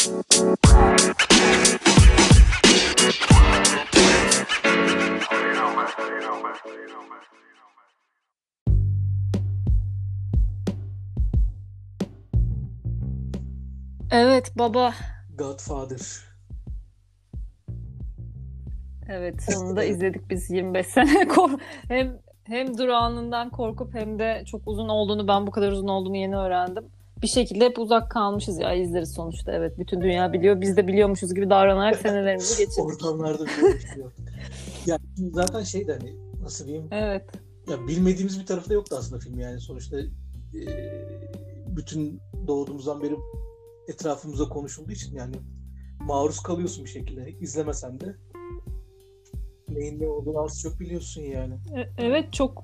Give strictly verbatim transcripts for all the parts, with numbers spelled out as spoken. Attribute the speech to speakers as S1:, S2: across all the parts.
S1: Evet baba.
S2: Godfather.
S1: Evet, sonunda
S2: Evet.
S1: izledik biz yirmi beş sene. Kork- hem hem durağanından korkup hem de çok uzun olduğunu, ben bu kadar uzun olduğunu yeni öğrendim. Bir şekilde hep uzak kalmışız ya, izleriz sonuçta. Evet, bütün dünya biliyor. Biz de biliyormuşuz gibi davranarak senelerimizi geçirdik.
S2: Ortamlarda biliyormuş gibi yaptık. Ya zaten şey de hani nasıl diyeyim,
S1: Evet.
S2: ya bilmediğimiz bir tarafı da yoktu aslında film yani sonuçta e, bütün doğduğumuzdan beri etrafımıza konuşulduğu için yani maruz kalıyorsun bir şekilde, izlemesen de neyin ne olduğunu az çok biliyorsun yani.
S1: E- evet, çok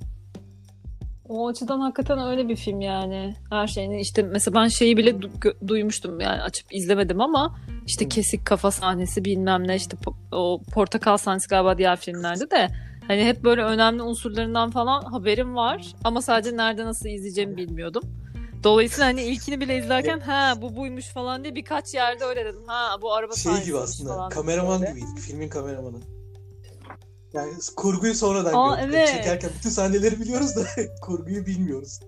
S1: o açıdan hakikaten öyle bir film yani. Her şeyini işte, mesela ben şeyi bile du- gö- duymuştum yani, açıp izlemedim ama işte
S2: Hı.
S1: kesik kafa sahnesi bilmem ne, işte po- o portakal sahnesi galiba diğer filmlerde de, hani hep böyle önemli unsurlarından falan haberim var ama sadece nerede nasıl izleyeceğimi bilmiyordum. Dolayısıyla hani ilkini bile izlerken ha bu buymuş falan diye birkaç yerde öyle dedim. Ha bu araba
S2: Şey gibi
S1: sahnesiymiş
S2: aslında,
S1: falan dedim
S2: kameraman
S1: böyle.
S2: gibiydik, filmin kameramanı. Yani kurguyu sonradan
S1: Aa
S2: gördük. Yani
S1: evet.
S2: çekerken bütün sahneleri biliyoruz da kurguyu bilmiyoruz.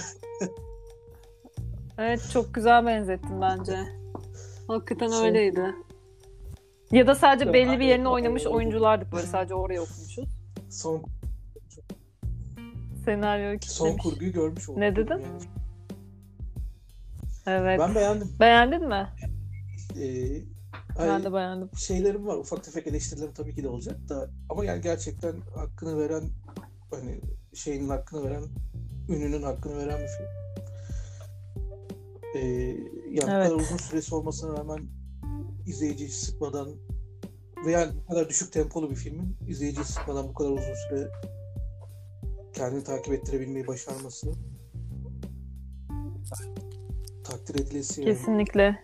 S1: Evet, çok güzel benzettin bence. Hakikaten
S2: Son
S1: öyleydi. Ya da sadece belli bir
S2: aynen,
S1: yerini oynamış
S2: aynen öyle.
S1: oyunculardık, böyle sadece oraya okumuşuz.
S2: Son
S1: Senaryoyu
S2: son
S1: kitlemiş.
S2: kurguyu görmüş
S1: Ne
S2: olduk diyorum
S1: dedin?
S2: yani.
S1: Evet.
S2: Ben beğendim.
S1: Beğendin mi?
S2: Ee,
S1: Ben
S2: ay,
S1: de beğendim.
S2: şeylerim var. Ufak tefek eleştirilerim tabii ki de olacak da ama yani gerçekten hakkını veren, hani şeyin hakkını veren, ününün hakkını veren bir film. Ee, yani bu kadar uzun
S1: Evet.
S2: süresi olmasına rağmen izleyiciyi sıkmadan ve yani bu kadar düşük tempolu bir filmin izleyiciyi sıkmadan bu kadar uzun süre kendini takip ettirebilmeyi başarması takdir edilesi yani.
S1: Kesinlikle.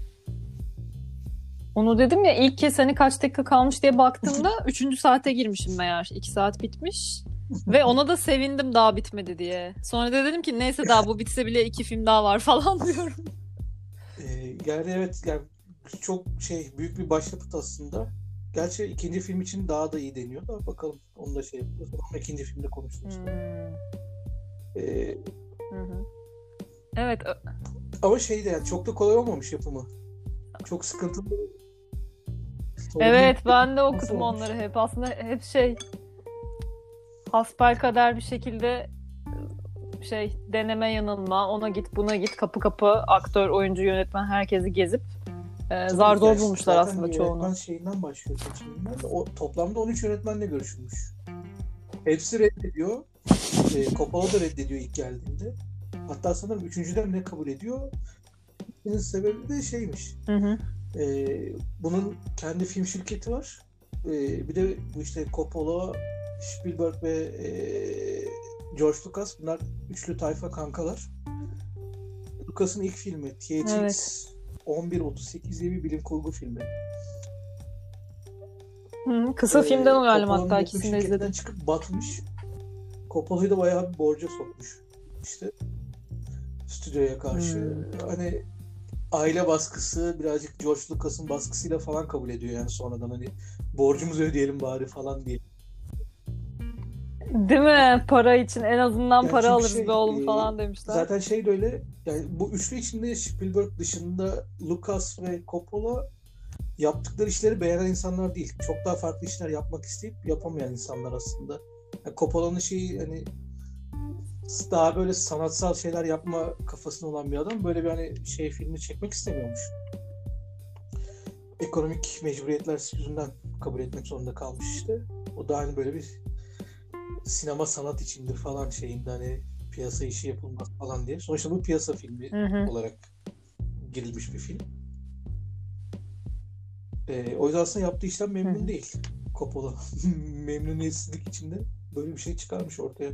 S1: Onu dedim ya, ilk kez hani kaç dakika kalmış diye baktığımda üçüncü saate girmişim meğer. iki saat bitmiş. Ve ona da sevindim daha bitmedi diye. Sonra da dedim ki neyse, daha bu bitse bile iki film daha var falan diyorum.
S2: Ee, yani evet, yani çok şey, büyük bir başyapıt aslında. Gerçi ikinci film için daha da iyi deniyor da bakalım, onu da şey yapıyoruz. Ama ikinci filmde konuşuruz tabii.
S1: Hmm.
S2: Ee,
S1: Hı hı. Evet. ö-
S2: ama şey de yani çok da kolay olmamış yapımı. Çok sıkıntılı, sorunlu
S1: Evet,
S2: bir
S1: ben de
S2: yapısı
S1: okudum
S2: olmuş.
S1: onları hep. Aslında hep şey, hasbelkader bir şekilde şey, deneme yanılma, ona git buna git, kapı kapı aktör, oyuncu, yönetmen herkesi gezip e,
S2: Tabii
S1: zar
S2: yani
S1: zor bulmuşlar
S2: zaten
S1: aslında
S2: yönetmen
S1: çoğunu.
S2: şeyinden başlıyor, seçiminden de. O, toplamda on üç yönetmenle görüşülmüş. Hepsi reddediyor. E, Coppola da reddediyor ilk geldiğinde. Hatta sanırım üçüncüden ne kabul ediyor? Bunun sebebi de şeymiş.
S1: Hı hı.
S2: Ee, bunun kendi film şirketi var. Ee, bir de bu işte Coppola, Spielberg ve ee, George Lucas, bunlar üçlü tayfa kankalar. Lucas'ın ilk filmi T H
S1: Evet.
S2: X on bir otuz sekiz diye bir bilim kurgu filmi.
S1: Hı hı. Kısa filmden
S2: Ee,
S1: uyarlama,
S2: Coppola'nın
S1: hatta
S2: yapım
S1: ikisini de
S2: şirketinden
S1: izledim.
S2: çıkıp batmış. Coppola'yı da bayağı bir borca sokmuş. İşte stüdyoya karşı.
S1: Hmm.
S2: Hani aile baskısı, birazcık George Lucas'ın baskısıyla falan kabul ediyor yani sonradan, hani borcumuzu ödeyelim bari falan diye.
S1: Değil mi? Para için en azından
S2: Yani
S1: para
S2: çünkü
S1: alırız be
S2: şey
S1: oğlum
S2: e,
S1: falan demişler.
S2: zaten şey de öyle yani, bu üçlü içinde Spielberg dışında Lucas ve Coppola yaptıkları işleri beğenen insanlar değil. Çok daha farklı işler yapmak isteyip yapamayan insanlar aslında. Yani Coppola'nın şeyi hani daha böyle sanatsal şeyler yapma kafasında olan bir adam. Böyle bir hani şey filmi çekmek istemiyormuş. Ekonomik mecburiyetler yüzünden kabul etmek zorunda kalmış işte. O da hani böyle bir sinema sanat içindir falan şeyinde, hani piyasa işi yapılmaz falan diye. Sonuçta bu piyasa filmi
S1: Hı hı.
S2: olarak girilmiş bir film. Ee, o yüzden aslında yaptığı işten
S1: Hı
S2: memnun
S1: hı.
S2: değil Coppola. Memnuniyetsizlik içinde böyle bir şey çıkarmış ortaya.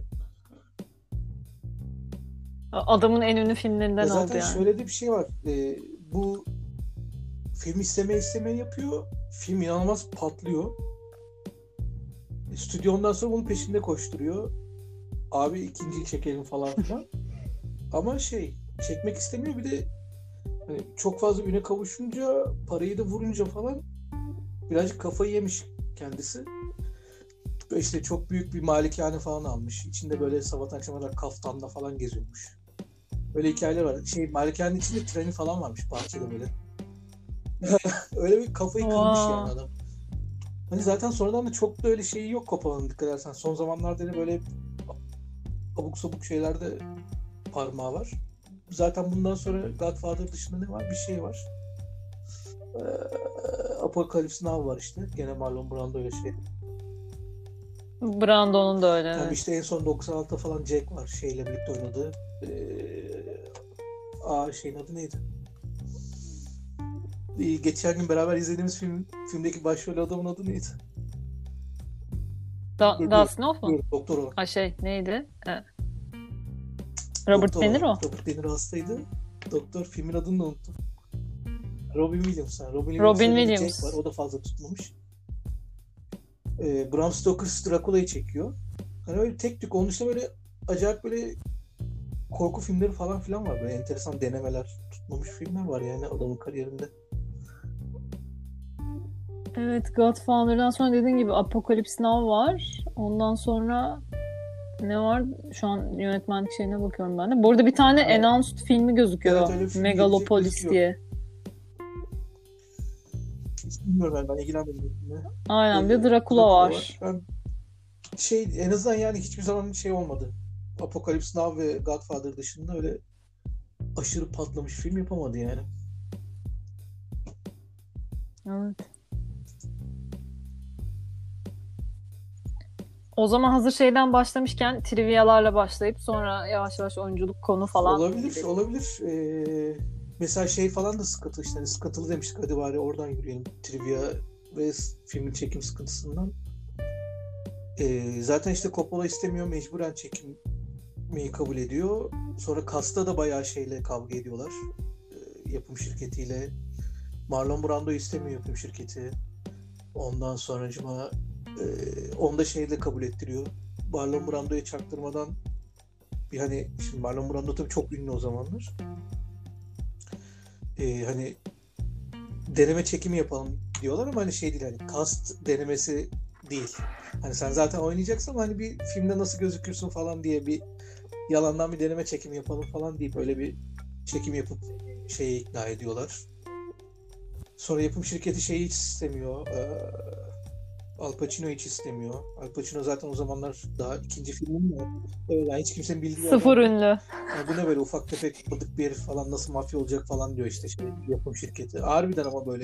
S1: Adamın en ünlü
S2: Ya
S1: filmlerinden oldu
S2: zaten
S1: yani.
S2: şöyle de bir şey var. Ee, bu film istemeye istemeye yapıyor. Film inanılmaz patlıyor. E, stüdyo ondan sonra bunun peşinde koşturuyor. Abi ikinciyi çekelim falan filan. Ama şey, çekmek istemiyor, bir de Hani çok fazla üne kavuşunca, parayı da vurunca falan birazcık kafayı yemiş kendisi. İşte çok büyük bir malikane falan almış. İçinde böyle sabahtan akşama kadar kaftanda falan geziyormuş. Böyle hikayeler var. Şey, malikanenin içinde treni falan varmış bahçede böyle. Öyle bir kafayı kırmış yani
S1: Wow.
S2: adam. Hani zaten sonradan da çok da öyle şeyi yok Coppola'nın, dikkat edersen. Son zamanlarda da böyle abuk sabuk şeylerde parmağı var. Zaten bundan sonra Godfather dışında ne var? Bir şey var. Ee, Apocalypse Now var işte. Gene Marlon Brando öyle şey.
S1: Brandon'un da öyle.
S2: Tabii
S1: Evet.
S2: işte en son doksan altıda falan Jack var. Şeyle birlikte oynadığı. Ee, aa şeyin adı neydi? Ee, geçen gün beraber izlediğimiz film filmdeki başrol adamın adı neydi?
S1: Da
S2: Dur, dur,
S1: Dustin Hoffman.
S2: dur, doktor olan.
S1: Ha şey neydi? Evet. Robert
S2: Doktor
S1: De
S2: olan.
S1: Niro.
S2: Robert De Niro hastaydı. Doktor, filmin adını da unuttum. Robin Williams. Ha. Robin
S1: Robin
S2: Williams'ın Jack
S1: Williams.
S2: var. O da fazla tutmamış. Ee, Bram Stoker Dracula'yı çekiyor. Hani öyle tek tük. Onun dışında böyle acayip böyle korku filmleri falan filan var. Böyle enteresan denemeler, tutmamış filmler var yani adamın kariyerinde.
S1: Evet, Godfather'dan sonra dediğin gibi Apocalypse Now var. Ondan sonra ne var? Şu an yönetmenlik şeyine bakıyorum ben de. Bu arada bir tane
S2: Evet.
S1: announced filmi gözüküyor.
S2: Evet, öyle bir film
S1: Megalopolis
S2: gelecek,
S1: diye.
S2: Hiç bilmiyorum ben. Ben ilgilenmedim filmle.
S1: Aynen, bir
S2: Ee,
S1: Dracula var.
S2: Ben şey, en azından yani hiçbir zaman şey olmadı. Apocalypse Now ve Godfather dışında öyle aşırı patlamış film yapamadı yani.
S1: Evet. O zaman hazır şeyden başlamışken trivyalarla başlayıp sonra yavaş yavaş oyunculuk konu falan.
S2: Olabilir,
S1: gidelim.
S2: olabilir. Ee, mesela şey falan da sıkıntı işte. Hani sıkıntılı demiştik, hadi bari oradan yürüyelim. Trivia ve filmin çekim sıkıntısından. Ee, zaten işte Coppola istemiyor, mecburen çekmeyi kabul ediyor. Sonra Cast'ta da bayağı şeyle kavga ediyorlar. Ee, yapım şirketiyle. Marlon Brando istemiyor, yapım şirketi. Ondan sonracıma e, onu da şeyle kabul ettiriyor. Marlon Brando'ya çaktırmadan bir hani, şimdi Marlon Brando tabii çok ünlü o zamanlar. Ee, hani deneme çekimi yapalım diyorlar ama hani şey değil, hani cast denemesi değil. Hani sen zaten oynayacaksın ama hani bir filmde nasıl gözükürsün falan diye bir yalandan bir deneme çekimi yapalım falan deyip öyle bir çekim yapıp şeyi ikna ediyorlar. Sonra yapım şirketi şeyi hiç istemiyor. Ee, Al Pacino hiç istemiyor. Al Pacino zaten o zamanlar daha ikinci filmi mi? Evet, yani hiç kimsenin bildiği bir
S1: Sıfır
S2: adam değil.
S1: ünlü.
S2: Yani bu ne böyle ufak tefek bıdık bir herif falan, nasıl mafya olacak falan diyor işte şey, yapım şirketi. Harbiden ama böyle.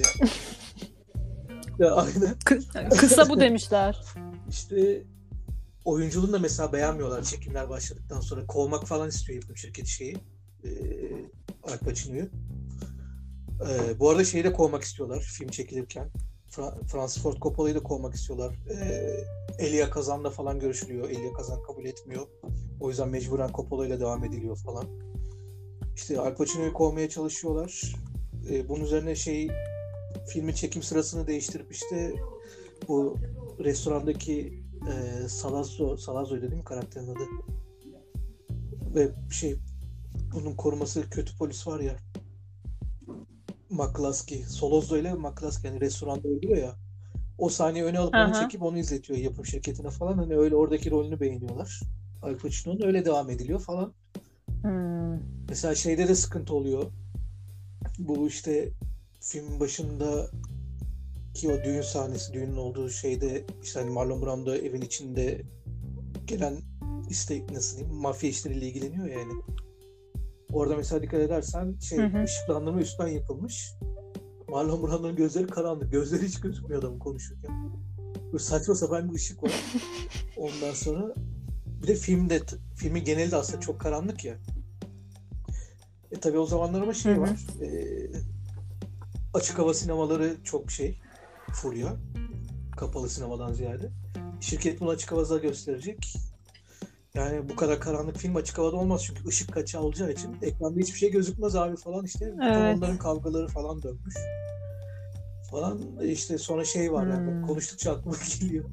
S2: Ya aynen.
S1: Kısa bu demişler.
S2: İşte oyunculuğunu da mesela beğenmiyorlar çekimler başladıktan sonra. Kovmak falan istiyor yapım şirketi şeyi. Ee, Al Pacino'yu. Ee, bu arada şeyi de kovmak istiyorlar film çekilirken. Fra- Francis Ford Coppola'yı da kovmak istiyorlar. Ee, Elia Kazan'la falan görüşülüyor. Elia Kazan kabul etmiyor. O yüzden mecburen Coppola ile devam ediliyor falan. İşte Al Pacino'yu kovmaya çalışıyorlar. Ee, bunun üzerine şey, filmin çekim sırasını değiştirip işte bu restorandaki e, Salazzo, Salazzo'ydu değil mi karakterin adı? Ve şey, bunun koruması kötü polis var ya, McCluskey. Solozzo ile McCluskey, yani restoranda öldürüyor ya. O sahneyi öne alıp onu
S1: Aha.
S2: çekip onu izletiyor yapım şirketine falan. Hani öyle oradaki rolünü beğeniyorlar. Al Pacino'nun öyle devam ediliyor falan.
S1: Hmm.
S2: Mesela şeyde de sıkıntı oluyor. Bu işte filmin başında ki o düğün sahnesi, düğünün olduğu şeyde işte hani Marlon Brando evin içinde gelen işte nasıl diyeyim, mafya işleriyle ilgileniyor yani. Orada mesela dikkat edersen şey,
S1: Hı hı.
S2: ışıklandırma üstten yapılmış. Marlon Brando'nun gözleri karanlık. Gözleri hiç gözükmüyor adamın konuşurken. Böyle saçma sapan bir ışık var. Ondan sonra bir de filmde, filmin geneli de aslında çok karanlık ya. E tabii o zamanlar ama şey
S1: Hı hı.
S2: var. E, açık hava sinemaları çok şey, furya. Kapalı sinemadan ziyade. Şirket bunu açık havada gösterecek. Yani bu kadar karanlık film açık havada olmaz çünkü ışık kaçağı olacağı için ekranda hiçbir şey gözükmez abi falan işte. Tam
S1: Evet.
S2: onların kavgaları falan dönmüş. Falan işte sonra şey var yani
S1: Hmm.
S2: konuştukça aklıma geliyor.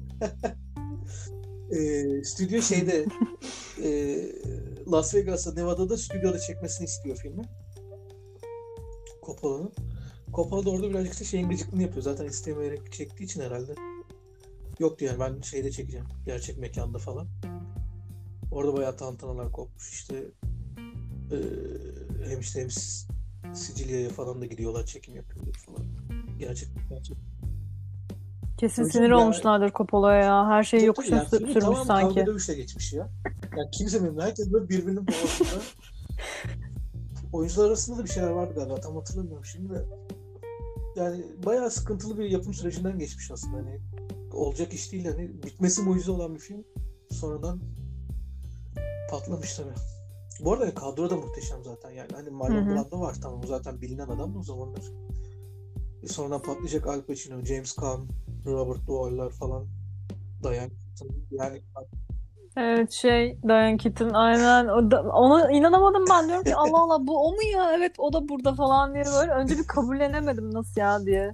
S2: e, stüdyo şeyde e, Las Vegas'ta, Nevada'da stüdyoda çekmesini istiyor filmi. Coppola'nın. Coppola da orada birazcık da şeyin gıcıklığını yapıyor. Zaten istemeyerek çektiği için herhalde. Yok diyor yani ben şeyde çekeceğim. Gerçek mekanda falan. Orada bayağı tantanalar kopmuş. İşte e, hem işte hem Sicilya'ya falan da gidiyorlar. Çekim yapıyorlar falan. Gerçek gerçek.
S1: Kesin
S2: Hocam
S1: sinir
S2: ya,
S1: olmuşlardır Coppola'ya ya. Her şeyi yokuşun
S2: yani
S1: sür-
S2: filmin
S1: sürmüş
S2: tamamı
S1: sanki.
S2: kavga dövüşle geçmiş ya. Yani kimse memnun. Herkes böyle birbirinin boğazında. Oyuncular arasında da bir şeyler vardı galiba. Tam hatırlamıyorum şimdi de. Yani bayağı sıkıntılı bir yapım sürecinden geçmiş aslında. Hani olacak iş değil. Hani bitmesi mucize olan bir film. Sonradan patlamış tabii. Bu arada kadro da muhteşem zaten yani. Hani Marlon Brando var tamam o zaten bilinen adam da o zamanlar. E sonradan patlayacak Al Pacino, James Caan, Robert Duvall'lar falan. Diane Keaton yani.
S1: Evet şey Diane Keaton aynen o da, ona inanamadım ben diyorum ki Allah Allah bu o mu ya evet o da burada falan diye böyle önce bir kabullenemedim nasıl ya diye.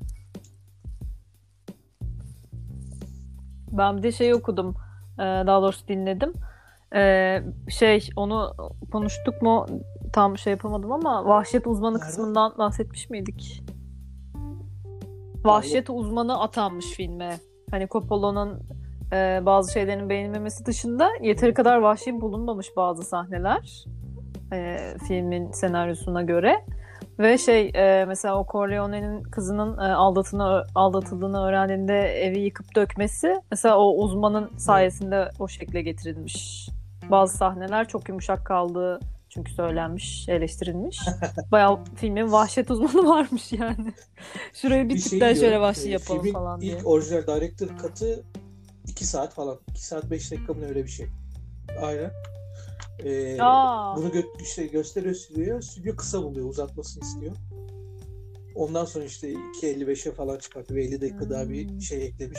S1: Ben bir de şey okudum e, daha doğrusu dinledim. E, şey onu konuştuk mu tam şey yapamadım ama vahşet uzmanı
S2: Nerede?
S1: kısmından bahsetmiş miydik?
S2: Ya,
S1: Vahşet uzmanı atanmış filme. Hani Coppola'nın e, bazı şeylerin beğenilmemesi dışında yeteri kadar vahşi bulunmamış bazı sahneler e, filmin senaryosuna göre. Ve şey e, mesela o Corleone'nin kızının e, aldatını, aldatıldığını öğrendiğinde evi yıkıp dökmesi mesela o uzmanın sayesinde o şekle getirilmiş. Bazı sahneler çok yumuşak kaldığı çünkü söylenmiş, eleştirilmiş. Bayağı filmin vahşet uzmanı varmış yani. Şurayı bir,
S2: bir
S1: tık
S2: şey
S1: daha
S2: diyor,
S1: şöyle vahşi
S2: e,
S1: yapalım
S2: filmin
S1: falan diye.
S2: ilk orijinal director katı iki saat falan. iki saat beş dakika mı öyle bir şey. Aynen. Ee,
S1: Aa.
S2: bunu gö- işte gösteriyor stüdyoya. Stüdyo kısa buluyor. Uzatmasını istiyor. Ondan sonra işte iki elli beşe falan çıkartıyor. Ve elli dakika
S1: Hmm.
S2: daha bir şey eklemiş.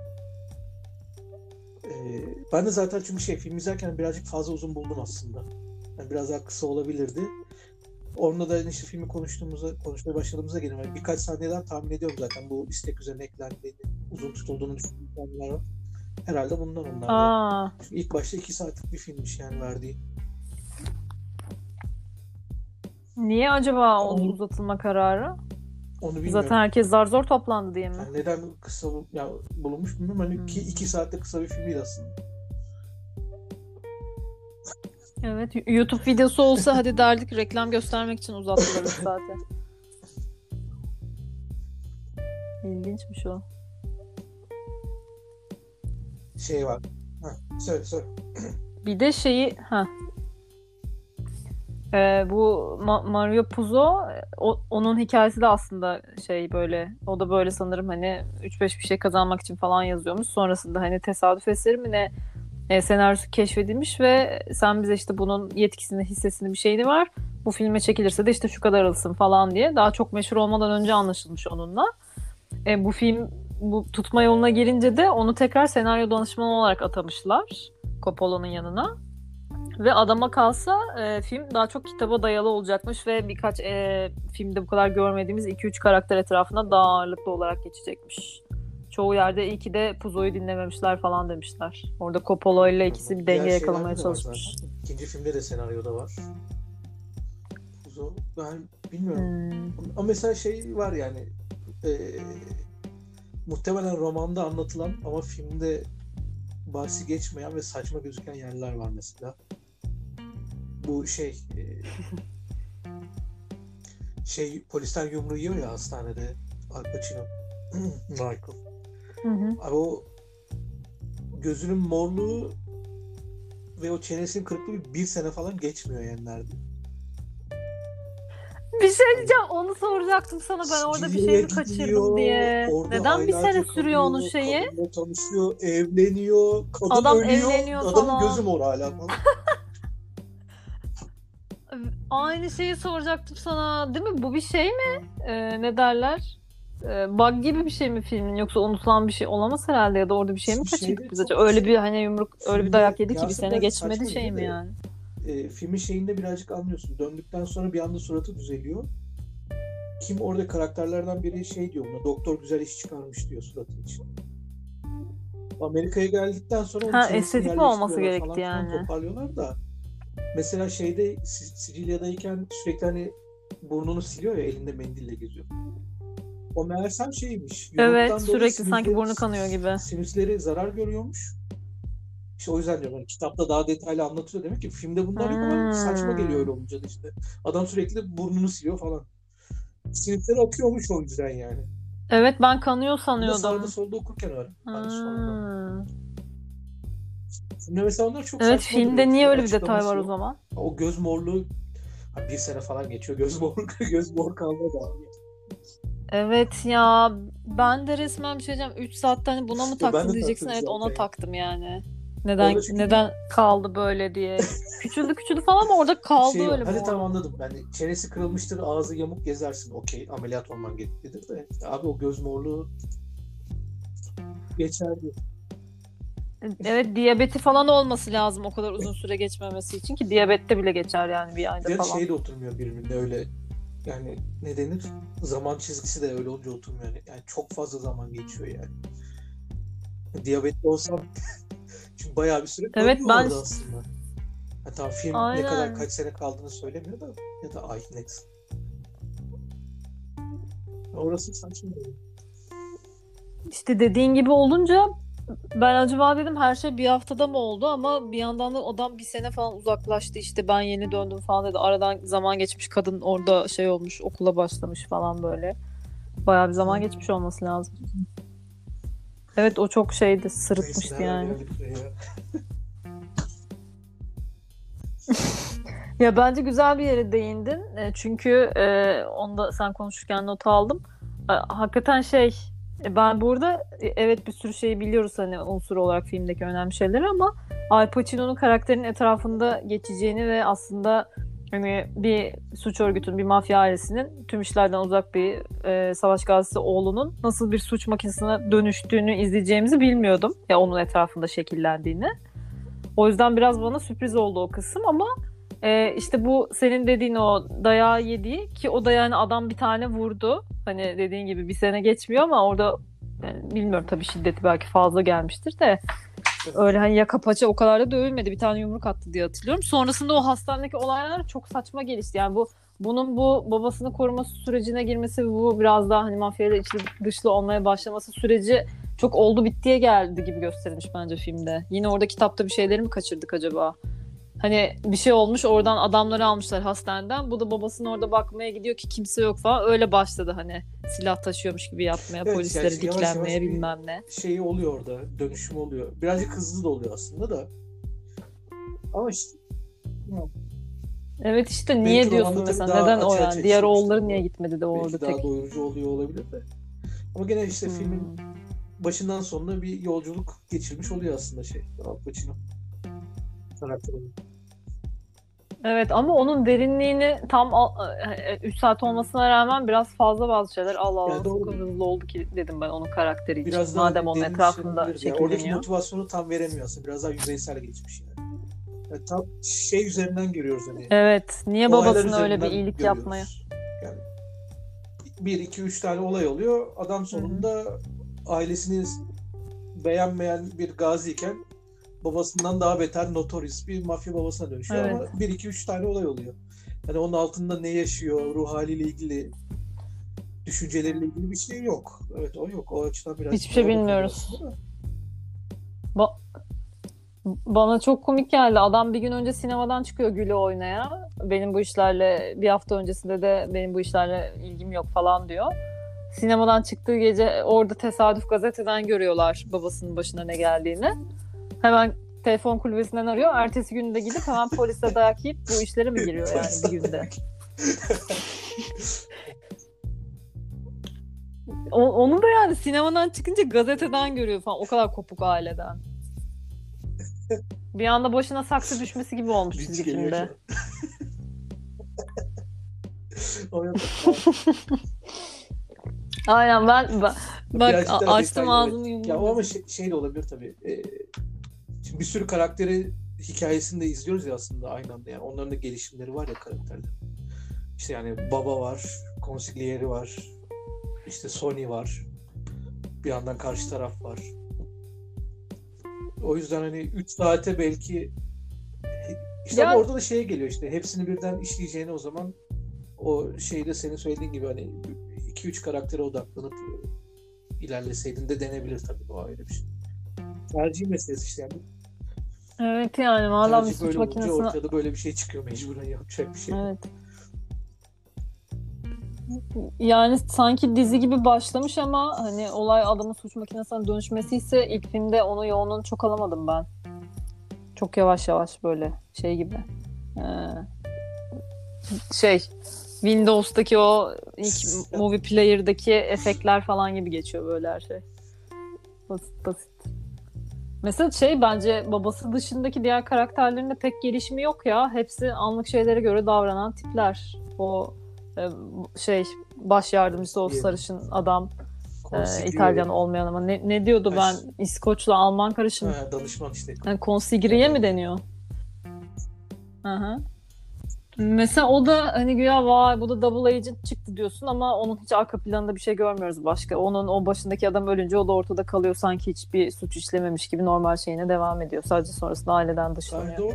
S2: Ee, ben de zaten çünkü şey film izlerken birazcık fazla uzun buldum aslında. Yani biraz daha kısa olabilirdi. Orada da işte filmi konuştuğumuzda, konuşmaya başladığımızda gene var. Birkaç sahneden tahmin ediyorum zaten bu istek üzerine eklendiğini, uzun tutulduğunu düşündüğüm sahneler var. Herhalde bundan onlar da.
S1: Aa.
S2: Çünkü ilk başta iki saatlik bir filmmiş yani verdiği.
S1: Niye acaba o
S2: Onu,
S1: uzatılma kararı?
S2: onu bilmiyorum.
S1: Zaten herkes zar zor toplandı diye mi?
S2: Yani neden kısa ya, bulunmuş bilmiyorum. Hani
S1: Hmm.
S2: ki iki saatte kısa bir film değil aslında.
S1: Evet. YouTube videosu olsa hadi derdik reklam göstermek için uzattılar üç saate. İlginçmiş o.
S2: Şey var. Heh, söyle söyle.
S1: Bir de şeyi ha. Ee, bu Ma- Mario Puzo o, onun hikayesi de aslında şey böyle o da böyle sanırım hani üç beş bir şey kazanmak için falan yazıyormuş. Sonrasında hani tesadüf eseri mi ne e, senaryosu keşfedilmiş ve sen bize işte bunun yetkisini, hissesini bir şeyini var. Bu filme çekilirse de işte şu kadar alsın falan diye. Daha çok meşhur olmadan önce anlaşılmış onunla. E, bu film bu tutma yoluna gelince de onu tekrar senaryo danışmanı olarak atamışlar Coppola'nın yanına. Ve adama kalsa e, film daha çok kitaba dayalı olacakmış ve birkaç e, filmde bu kadar görmediğimiz iki üç karakter etrafında daha ağırlıklı olarak geçecekmiş. Çoğu yerde iyi ki de Puzo'yu dinlememişler falan demişler. Orada Coppola ile ikisi bir denge
S2: Diğer
S1: yakalamaya
S2: şeylerde de var
S1: çalışmış.
S2: zaten. İkinci filmde de senaryoda var. Puzo, ben bilmiyorum.
S1: Hmm.
S2: Ama mesela şey var yani e, muhtemelen romanda anlatılan ama filmde bahsi geçmeyen ve saçma gözüken yerler var mesela. Bu şey e, şey polisten yumruğu yiyor ya hastanede Al Pacino. Michael.
S1: Hı hı.
S2: Abi o gözünün morluğu ve o çenesinin kırıklığı bir sene falan geçmiyor yani nerede.
S1: Bir şey diyeceğim onu soracaktım sana ben orada bir şey mi kaçırdım diye. Neden bir sene sürüyor onun şeyi?
S2: Kadınla tanışıyor, evleniyor, kadın
S1: Adam
S2: ölüyor,
S1: evleniyor
S2: adamın
S1: falan.
S2: gözü mor hala falan.
S1: Aynı şeyi soracaktım sana. Değil mi? Bu bir şey mi? Ee, ne derler? Ee, bug gibi bir şey mi filmin yoksa unutulan bir şey olamaz herhalde ya da orada bir şey mi
S2: Bir şeyde
S1: kaçırdık biz
S2: çok
S1: acaba? Öyle
S2: şey-
S1: bir hani yumruk öyle bir
S2: Filmde-
S1: dayak yedi
S2: ya
S1: ki bir
S2: aslında
S1: sene
S2: biraz
S1: geçmedi
S2: saçma
S1: şey
S2: değil
S1: mi
S2: de,
S1: yani?
S2: E, filmin şeyinde birazcık anlıyorsun. Döndükten sonra bir anda suratı düzeliyor. Kim orada karakterlerden biri şey diyor buna. Doktor güzel iş çıkarmış diyor suratın için. Amerika'ya geldikten sonra onun
S1: Ha
S2: çenesini
S1: estetik mi olması
S2: yerleştiriyorlar
S1: gerekti
S2: falan filan
S1: yani?
S2: toparlıyorlar da. Mesela şeyde Sic- Sicilya'dayken sürekli hani burnunu siliyor ya, elinde mendille geziyor. O meğersem şeymiş.
S1: Evet,
S2: Yumruktan dolayı
S1: sürekli sanki
S2: sinüzleri,
S1: burnu kanıyor gibi.
S2: sinüsleri zarar görüyormuş. İşte o yüzden diyorum, hani kitapta daha detaylı anlatıyor demek ki, filmde bunlar yok ama saçma geliyor öyle
S1: Hmm.
S2: olunca da işte. Adam sürekli burnunu siliyor falan. Sinüsleri akıyormuş o yüzden yani.
S1: Evet, ben kanıyor
S2: Bunu da sağda
S1: sanıyordum.
S2: solda okurken öğrendim hani sonradan.
S1: Hmm.
S2: Filmde mesela onlar çok
S1: Evet,
S2: saçma duruyor.
S1: filmde niye
S2: Hiçbir
S1: öyle bir detay
S2: açıklaması
S1: var o
S2: yok.
S1: zaman?
S2: O göz morluğu, ha, bir sene falan geçiyor. Göz mor göz mor kalmaya devam ediyor.
S1: Evet ya, ben de resmen bir şey diyeceğim. üç saatte hani buna mı
S2: Ya ben
S1: taktın
S2: de
S1: diyeceksin.
S2: taktım
S1: Evet, ona
S2: zaten.
S1: taktım yani.
S2: Orada
S1: Neden
S2: çünkü
S1: neden kaldı böyle diye. Küçüldü küçüldü falan ama orada
S2: bir
S1: kaldı
S2: şey var.
S1: öyle bu
S2: Hadi tamam,
S1: arada.
S2: anladım. Yani çenesi kırılmıştır, ağzı yamuk gezersin. Okey, ameliyat olman gereklidir de. Abi o göz morluğu geçerdi.
S1: Evet, diyabeti falan olması lazım o kadar uzun süre geçmemesi için, ki diyabette bile geçer yani bir ayda
S2: Bir de
S1: falan.
S2: şey de oturmuyor birbirine öyle. Yani ne denir? Zaman çizgisi de öyle olunca oturmuyor. Yani, yani çok fazla zaman geçiyor yani. Diyabetli olsam çünkü bayağı bir süre
S1: Evet,
S2: kalıyor
S1: ben
S2: orada aslında. Ha, tamam, film ne kadar
S1: aynen
S2: kaç sene kaldığını söylemiyor da, ya da ay net. Orası saçma.
S1: işte dediğin gibi olunca ben acaba dedim her şey bir haftada mı oldu, ama bir yandan da adam bir sene falan uzaklaştı, işte ben yeni döndüm falan dedi. Aradan zaman geçmiş, kadın orada şey olmuş, okula başlamış falan böyle. Bayağı bir zaman geçmiş olması lazım. Evet, o çok şeydi,
S2: Neyse,
S1: sırıtmıştı
S2: nereden
S1: yani.
S2: geldik buraya?
S1: Ya bence güzel bir yere değindin. E, Çünkü e, onu da sen konuşurken not aldım. E, Hakikaten şey, e, ben burada e, evet bir sürü şeyi biliyoruz hani unsur olarak filmdeki önemli şeyleri, ama Al Pacino'nun karakterinin etrafında geçeceğini ve aslında hani bir suç örgütünün, bir mafya ailesinin tüm işlerden uzak bir e, savaş gazisi oğlunun nasıl bir suç makinesine dönüştüğünü izleyeceğimizi bilmiyordum. Ya onun etrafında şekillendiğini. O yüzden biraz bana sürpriz oldu o kısım, ama e, işte bu senin dediğin o dayağı yediği, ki o da yani adam bir tane vurdu. Hani dediğin gibi bir sene geçmiyor ama orada yani bilmiyorum, tabii şiddeti belki fazla gelmiştir de öyle hani yaka paça o kadar da dövülmedi. Bir tane yumruk attı diye hatırlıyorum. Sonrasında o hastanedeki olaylar çok saçma gelişti. Yani bu bunun bu babasını koruma sürecine girmesi, bu biraz daha hani mafyayla içli dışlı olmaya başlaması süreci çok oldu bittiye geldi gibi gösterilmiş bence filmde. Yine orada kitapta bir şeyleri mi kaçırdık acaba? Hani bir şey olmuş, oradan adamları almışlar hastaneden. Bu da babasının orada bakmaya gidiyor ki kimse yok falan. Öyle başladı hani silah taşıyormuş gibi yapmaya,
S2: Evet, yani
S1: polisleri
S2: işte yavaş
S1: diklenmeye
S2: yavaş bir
S1: bilmem ne.
S2: şey oluyor orada. Dönüşüm oluyor. Birazcık hızlı da oluyor aslında da. Ama işte
S1: Evet, işte
S2: belki
S1: niye
S2: romanda
S1: diyorsun
S2: tabii
S1: mesela,
S2: daha
S1: neden o
S2: açığa açığa
S1: yani? Diğer
S2: işlemiştir
S1: oğulları niye
S2: onu.
S1: gitmedi de o orada
S2: Belki daha
S1: tek?
S2: doyurucu oluyor olabilir de. Ama gene işte filmin
S1: Hmm.
S2: başından sonuna bir yolculuk geçirmiş oluyor aslında şey. Al Pacino karakteri.
S1: Evet, ama onun derinliğini tam üç saat olmasına rağmen biraz fazla bazı şeyler, Allah Allah
S2: Yani
S1: nasıl bu
S2: doğru.
S1: kadar hızlı oldu ki dedim ben onun karakteri için.
S2: Biraz daha
S1: Madem
S2: hani
S1: onun
S2: derin
S1: etrafında
S2: işlenebilirdi. Yani oradaki
S1: şekilleniyor.
S2: motivasyonu tam veremiyor aslında. Biraz daha yüzeysel geçmiş yani. Yani tam şey üzerinden görüyoruz hani.
S1: Evet, niye
S2: Olaylar
S1: babasına öyle bir
S2: üzerinden
S1: iyilik yapmaya?
S2: görüyoruz. Yani bir, iki, üç tane olay oluyor. Adam
S1: Hı hı.
S2: sonunda ailesini beğenmeyen bir gaziyken babasından daha beter notorious bir mafya babasına dönüşüyor,
S1: Evet.
S2: ama bir, iki, üç tane olay oluyor. Yani onun altında ne yaşıyor, ruh haliyle ilgili, düşünceleriyle ilgili bir şey yok. Evet, o yok. O açıdan birazcık
S1: Hiçbir şey
S2: havada kalıyor aslında
S1: bilmiyoruz.
S2: da.
S1: Ba- Bana çok komik geldi. Adam bir gün önce sinemadan çıkıyor Gül'ü oynaya. Benim bu işlerle, bir hafta öncesinde de benim bu işlerle ilgim yok falan diyor. Sinemadan çıktığı gece orada tesadüf gazeteden görüyorlar babasının başına ne geldiğini. Hemen telefon kulübesinden arıyor. Ertesi günde gidip hemen polise dayak yiyip bu işlere mi giriyor yani bir
S2: Polisten
S1: günde?
S2: dayak.
S1: O- onu da yani sinemadan çıkınca gazeteden görüyor falan. O kadar kopuk aileden. Bir anda başına saksı düşmesi gibi olmuş
S2: Linç
S1: çizgi
S2: geliyor şu
S1: filmde.
S2: an. O yok.
S1: Aynen, ben, ben bak
S2: Birazcık
S1: a-
S2: daha
S1: açtım
S2: detaylı, evet.
S1: ağzımı
S2: Ya
S1: yumdum
S2: o ama
S1: dedim.
S2: şey, şey de olabilir tabii. Ee, şimdi bir sürü karakteri hikayesini de izliyoruz ya aslında aynı anda. Yani onların da gelişimleri var ya karakterde. İşte yani baba var, consigliere var, işte Sony var. Bir yandan karşı taraf var. O yüzden hani üç saate belki işte, ama
S1: Ya
S2: orada da şeye geliyor işte, hepsini birden işleyeceğini o zaman o şeyde senin söylediğin gibi hani iki üç karaktere odaklanıp ilerleseydin de denebilir tabii, o ayrı bir şey. Tercih meselesi işte yani.
S1: Evet yani madem bir
S2: Tercih
S1: suç
S2: böyle olunca
S1: makinesine
S2: ortada böyle bir şey çıkıyor, mecburen yapacak bir şey yok.
S1: evet. Yani sanki dizi gibi başlamış ama hani olay adamın suç makinesine dönüşmesi ise ilk filmde onu yoğunluğunu çok alamadım ben. Çok yavaş yavaş böyle şey gibi. Ee, şey Windows'taki o ilk movie player'daki efektler falan gibi geçiyor böyle her şey. Basit basit. Mesela şey bence babası dışındaki diğer karakterlerin de pek gelişimi yok ya. Hepsi anlık şeylere göre davranan tipler. O e, şey baş yardımcısı o sarışın adam, e, İtalyan olmayan ama ne, ne diyordu ben İskoç'la Alman karışım.
S2: Ha, danışman işte.
S1: Yani consigliere mi deniyor? Hı hı. Mesela o da hani güya vay bu da double agent çıktı diyorsun ama onun hiç arka planında bir şey görmüyoruz başka. Onun o başındaki adam ölünce o da ortada kalıyor sanki hiçbir suç işlememiş gibi normal şeyine devam ediyor. Sadece sonrasında aileden dışlanıyor.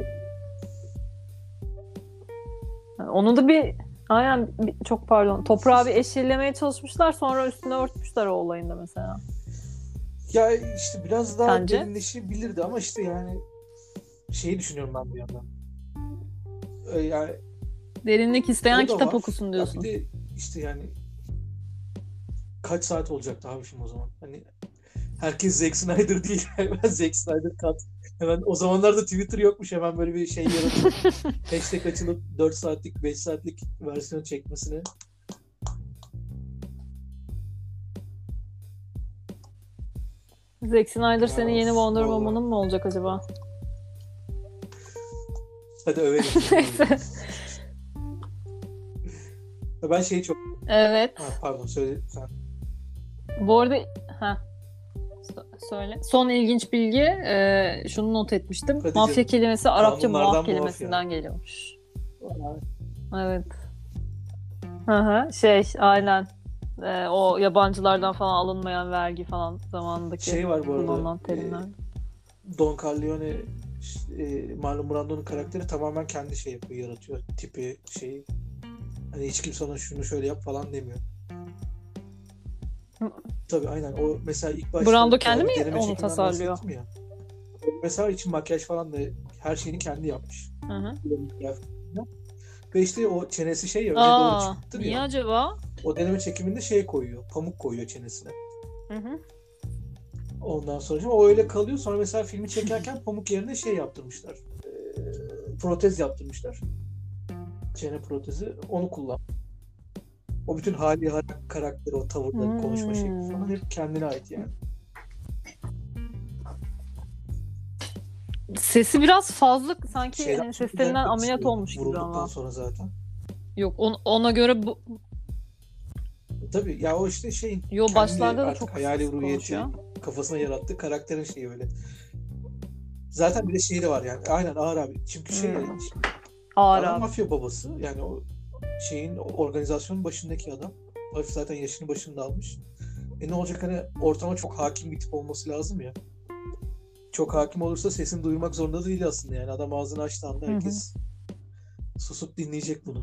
S1: Yani onu da bir aynen bir, çok pardon toprağı bir eşelemeye çalışmışlar sonra üstüne örtmüşler o olayında mesela.
S2: Ya işte biraz daha
S1: Sence?
S2: derinleşebilirdi ama işte yani şeyi düşünüyorum ben bir yandan. Ee, Yani
S1: Derinlik isteyen
S2: o da
S1: kitap
S2: var.
S1: okusun
S2: Ya
S1: diyorsun.
S2: bir de işte yani kaç saat olacaktı abi film o zaman? Hani herkes Zack Snyder değil. Hemen Zack Snyder kat. Hemen o zamanlarda Twitter yokmuş. Hemen böyle bir şey yaratılıp hashtag açılıp dört saatlik beş saatlik versiyon çekmesine.
S1: Zack Snyder
S2: Ya
S1: senin
S2: of,
S1: yeni Wonder
S2: vallahi.
S1: Woman'ın mı olacak acaba?
S2: Hadi övelim.
S1: Neyse.
S2: Ben şeyi çok...
S1: Evet.
S2: Ha, pardon söyle sen.
S1: Bu arada ha söyle. Son ilginç bilgi e, şunu not etmiştim.
S2: Hadi
S1: Mafya
S2: canım.
S1: kelimesi Arapça
S2: Kanunlardan
S1: muaf
S2: muaf
S1: kelimesinden
S2: yani.
S1: geliyormuş. Evet. Hı hı. Şey aynen. E, o yabancılardan falan alınmayan vergi falan zamanındaki
S2: Şey var bu arada.
S1: kullanılan terimler.
S2: E, Don Corleone e, Marlon Brando'nun karakteri tamamen kendi şey yapıyor, yaratıyor. Tipi, şeyi. Hani hiç kimse ona şunu şöyle yap falan demiyor. Tabii aynen. O mesela ilk başta
S1: Brando kendi mi
S2: deneme
S1: onu
S2: çekiminden
S1: tasarlıyor?
S2: bahsettim ya. Mesela için makyaj falan da her şeyini kendi yapmış.
S1: Hı hı.
S2: Ve işte o çenesi şey ya öne
S1: Aa,
S2: doğru çıktır
S1: niye
S2: ya.
S1: acaba?
S2: O deneme çekiminde şey koyuyor. Pamuk koyuyor çenesine.
S1: Hı hı.
S2: Ondan sonra o öyle kalıyor. Sonra mesela filmi çekerken pamuk yerine şey yaptırmışlar. E, protez yaptırmışlar. Çene protezi. Onu kullan. O bütün hali, karakteri, o tavırları,
S1: Hmm.
S2: konuşma şekli falan hep kendine ait yani.
S1: Sesi biraz fazla sanki
S2: Şeyden
S1: hani seslerinden ameliyat olmuş gibi
S2: vurulduktan
S1: ama.
S2: sonra zaten.
S1: Yok on, ona göre bu
S2: Tabii ya o işte şeyin
S1: Yo,
S2: kendi
S1: başlarda da
S2: artık
S1: çok
S2: hayali
S1: sık
S2: ruhiyeti
S1: konuşuyor.
S2: kafasına yarattığı karakterin şeyi öyle. Zaten bir de şeyi de var yani. Aynen ağır abi. Çünkü şey
S1: Hmm.
S2: yani,
S1: Ağır
S2: adam
S1: abi.
S2: mafya babası. Yani o şeyin o organizasyonun başındaki adam. Hafif zaten yaşını başında almış. E ne olacak hani ortama çok hakim bir tip olması lazım ya. Çok hakim olursa sesini duymak zorunda değil aslında yani. Adam ağzını açtığı anda herkes hı hı. susup dinleyecek bunu.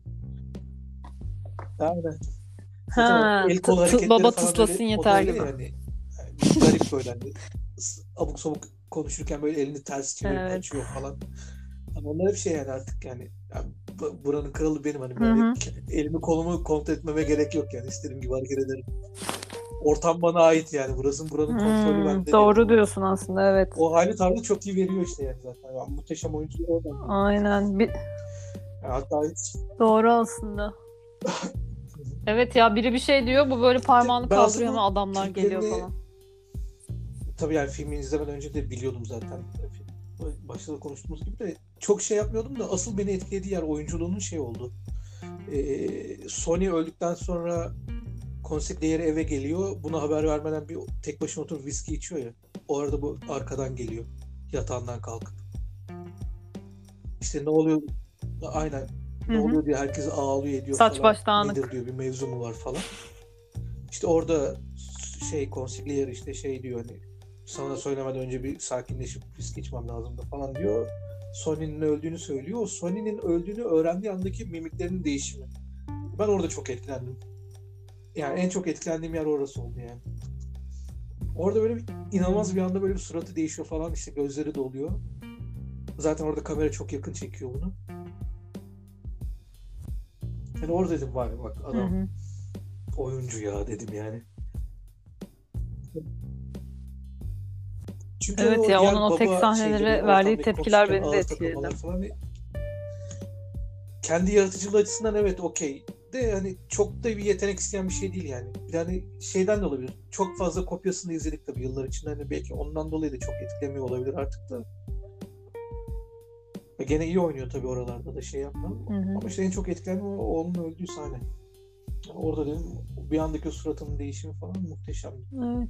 S2: Aynen. Zaten o
S1: Ha,
S2: el kol
S1: t- t-
S2: hareketleri
S1: baba
S2: falan
S1: tıslasın
S2: böyle o da
S1: yeter
S2: öyle
S1: gibi.
S2: yani. Yani garip böyle hani abuk sabuk konuşurken böyle elini ters çevirip
S1: Evet.
S2: açıyor falan. Ama onlar hep şey yani artık yani, yani buranın kralı benim hani
S1: Hı
S2: böyle
S1: hı.
S2: elimi kolumu kontrol etmeme gerek yok yani istediğim gibi hareket ederim. Ortam bana ait yani burasının buranın kontrolü
S1: Hmm,
S2: bende
S1: doğru
S2: diyor.
S1: diyorsun aslında evet.
S2: O hali tarzı çok iyi veriyor işte yani zaten. Yani muhteşem oyuncular oradan.
S1: Aynen. Bir...
S2: Yani hatta
S1: Doğru aslında. Evet ya biri bir şey diyor bu böyle parmağını
S2: ben
S1: kaldırıyor
S2: aslında
S1: ama adamlar geliyor
S2: Türklerini
S1: falan.
S2: tabii yani filmi izlemeden önce de biliyordum zaten. Başta da konuştuğumuz gibi de çok şey yapmıyordum da asıl beni etkilediği yer oyunculuğunun şey oldu. Ee, Sony öldükten sonra konsekleyeri eve geliyor. Buna haber vermeden bir tek başına oturup viski içiyor ya. O arada bu arkadan geliyor. Yatağından kalkıp. İşte ne oluyor? Aynen. Ne
S1: Hı hı.
S2: oluyor diye herkes ağlıyor ediyor
S1: Saç
S2: falan.
S1: baş dağınık.
S2: Nedir diyor, bir mevzu mu var falan. İşte orada şey konsekleyer işte şey diyor hani sana söylemeden önce bir sakinleşip viski içmem lazımdı falan diyor. Sony'nin öldüğünü söylüyor. O Sony'nin öldüğünü öğrendiği andaki mimiklerinin değişimi. Ben orada çok etkilendim. Yani en çok etkilendiğim yer orası oldu yani. Orada böyle bir, inanılmaz bir anda böyle bir suratı değişiyor falan, işte gözleri doluyor. Zaten orada kamera çok yakın çekiyor bunu. Yani orada dedim vay bak adam
S1: Hı hı.
S2: oyuncu ya dedim yani. Çünkü hani
S1: Evet
S2: o
S1: ya,
S2: diğer
S1: onun o tek
S2: baba şeyleri,
S1: sahneleri verdiği
S2: ortamdaki
S1: tepkiler
S2: konuşurken
S1: beni de
S2: ağır
S1: etkiledi.
S2: takılmalar falan, kendi yaratıcılığı açısından evet okey. De hani çok da bir yetenek isteyen bir şey değil yani. Yani şeyden de olabilir. Çok fazla kopyasını izledik tabii yıllar içinde. Hani belki ondan dolayı da çok etkilemiyor olabilir artık da. Ve gene iyi oynuyor tabii oralarda da, şey yapmam.
S1: Hı hı.
S2: Ama işte en çok etkilendiğim o oğlunun öldüğü sahne. Orada dedim bir andaki o suratının değişimi falan muhteşemdi.
S1: Evet.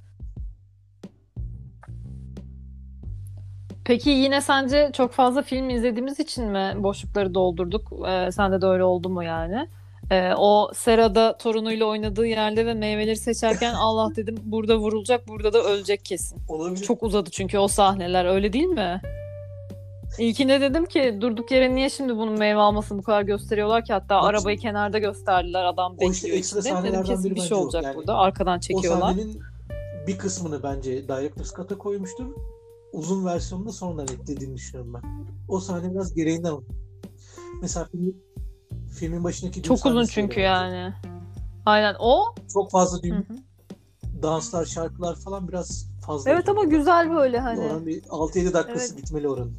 S1: Peki yine sence çok fazla film izlediğimiz için mi boşlukları doldurduk? Ee, sende de öyle oldu mu yani? Ee, o serada torunuyla oynadığı yerde ve meyveleri seçerken Allah dedim, burada vurulacak, burada da ölecek kesin.
S2: Olabilir.
S1: Çok uzadı çünkü o sahneler, öyle değil mi? İlkinde dedim ki durduk yere niye şimdi bunun meyve almasını bu kadar gösteriyorlar ki, hatta
S2: Bak işte,
S1: arabayı kenarda gösterdiler, adam
S2: o işte
S1: bekliyor
S2: ekstra
S1: içinde. Dedim
S2: sahnelerden
S1: kesin
S2: biri
S1: bir şey
S2: bence o.
S1: olacak
S2: Yani
S1: burada, arkadan
S2: o
S1: çekiyorlar.
S2: sahnenin bir kısmını bence Director's Cut'a koymuştur. Uzun versiyonunu sonradan eklediğini düşünüyorum ben. O sahne biraz gereğinden oldu. Mesela film, filmin başındaki düğün
S1: Çok uzun
S2: sahnesi de öyle
S1: çünkü
S2: bence.
S1: yani. Aynen o.
S2: Çok fazla
S1: Hı
S2: düğün,
S1: hı.
S2: danslar, şarkılar falan biraz fazla
S1: Evet
S2: uzun
S1: ama
S2: orada.
S1: güzel böyle hani.
S2: Oranın bir altı yedi dakikası
S1: Evet,
S2: gitmeli oranın.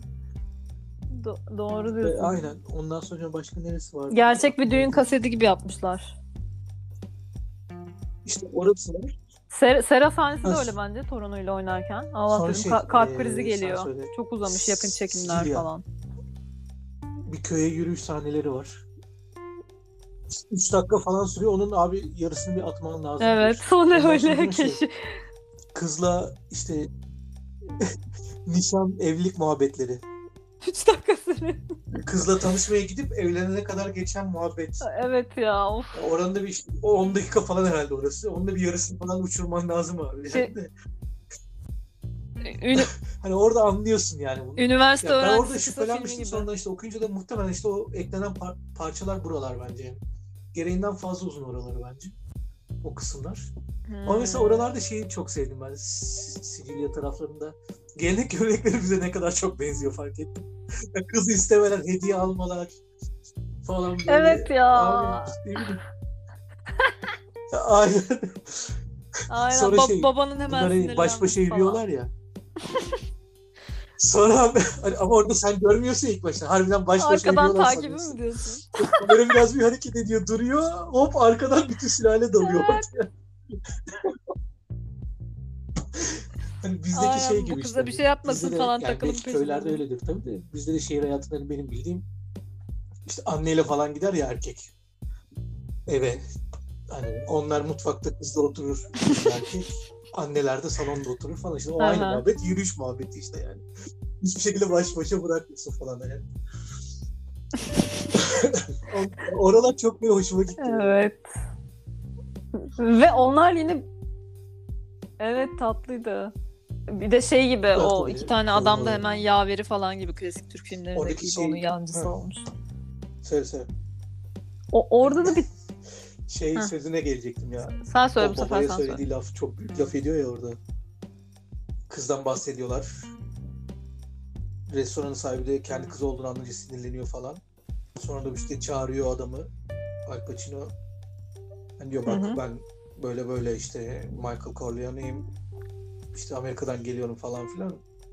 S1: do- doğru
S2: Ve
S1: diyorsun.
S2: aynen. Ondan sonra başka neresi vardı?
S1: Gerçek bir
S2: Aklıma
S1: düğün
S2: değil.
S1: kaseti gibi yapmışlar.
S2: İşte orası var.
S1: Ser Sera sahnesi
S2: Ha,
S1: de öyle bence, torunuyla oynarken. Allah
S2: sonra
S1: dedim,
S2: şey,
S1: ka- kalp krizi
S2: ee, sen
S1: geliyor.
S2: söyle.
S1: Çok uzamış yakın çekimler
S2: Sicilya.
S1: falan.
S2: Bir köye yürüyüş sahneleri var. üç dakika falan sürüyor. Onun abi yarısını bir atman lazım
S1: Evet,
S2: bir.
S1: o ne
S2: Ondan
S1: öyle
S2: sonra şey,
S1: keşi.
S2: kızla işte nişan, evlilik muhabbetleri.
S1: Üç dakika sürüyor.
S2: Kızla tanışmaya gidip evlenene kadar geçen muhabbet.
S1: Evet ya, of.
S2: Ya oranda bir işte, o on dakika falan herhalde orası. Onun da bir yarısını falan uçurman lazım abi.
S1: Şey,
S2: Yani de,
S1: ünü-
S2: hani orada anlıyorsun yani bunu.
S1: üniversite
S2: Ya ben orada
S1: öğrencisi kısa filmi
S2: şüphelenmiştim.
S1: gibi.
S2: Sonradan işte okuyunca da muhtemelen işte o eklenen par- parçalar buralar bence. Yani gereğinden fazla uzun oraları bence. O kısımlar. Ama mesela
S1: Hmm.
S2: oralarda şeyi çok sevdim ben. S- Sicilya taraflarında. Gelenek görenekleri bize ne kadar çok benziyor, fark ettim. Kızı istemeler, hediye almalar falan böyle.
S1: Evet ya.
S2: Abi ne bileyim. Aynen.
S1: Aynen,
S2: Sonra
S1: Ba-
S2: şey,
S1: babanın hemen
S2: bunlar hani baş başa
S1: sinirlenmesi falan.
S2: yürüyorlar ya. Sonra abi, hani ama orada sen görmüyorsun ilk başta. Harbiden baş başa
S1: Arkadan
S2: yürüyorlar
S1: takibi
S2: sanıyorsun.
S1: mi diyorsun?
S2: Kamera biraz bir hareket ediyor, duruyor. Hop arkadan bütün sülale dalıyor
S1: Evet.
S2: ortaya. Hani bizdeki şey
S1: Aynen, bu
S2: gibi
S1: kıza
S2: işte.
S1: bir şey yapmasın
S2: Bizde de
S1: falan,
S2: yani
S1: takılın
S2: belki köylerde
S1: peşinde.
S2: öyledir tabii de. Bizde de şehir hayatında hani benim bildiğim işte anneyle falan gider ya erkek eve. Hani onlar mutfakta, kızla oturur, kızla erkek. Anneler de salonda oturur falan. İşte o aynı
S1: Aha.
S2: muhabbet. Yürüyüş muhabbeti işte yani. Hiçbir şekilde baş başa bırakmıyorsun falan yani. Oralar çok böyle hoşuma gitti. Yani.
S1: Evet. Ve onlar yine, evet, tatlıydı. Bir de şey gibi,
S2: Evet,
S1: o iki
S2: tabii.
S1: tane
S2: Torun
S1: adam da
S2: oluyor.
S1: hemen yaveri falan gibi, klasik Türk filmlerindeki
S2: Oradaki
S1: gibi onun
S2: şey,
S1: yancısı
S2: ha,
S1: olmuş.
S2: söyle söyle.
S1: O orada da bir
S2: Şey
S1: Heh.
S2: sözüne gelecektim ya.
S1: Sen söyle, bu
S2: O
S1: sefer
S2: babaya
S1: sen söyle.
S2: söylediği laf çok büyük laf ediyor ya orada. Kızdan bahsediyorlar. Restoranın sahibi de kendi kızı olduğunu anlayınca sinirleniyor falan. Sonra da işte çağırıyor adamı. Al Pacino. Hani diyor
S1: Hı
S2: bak
S1: hı.
S2: ben böyle böyle işte Michael Corleone'yim. İşte Amerika'dan geliyorum falan filan.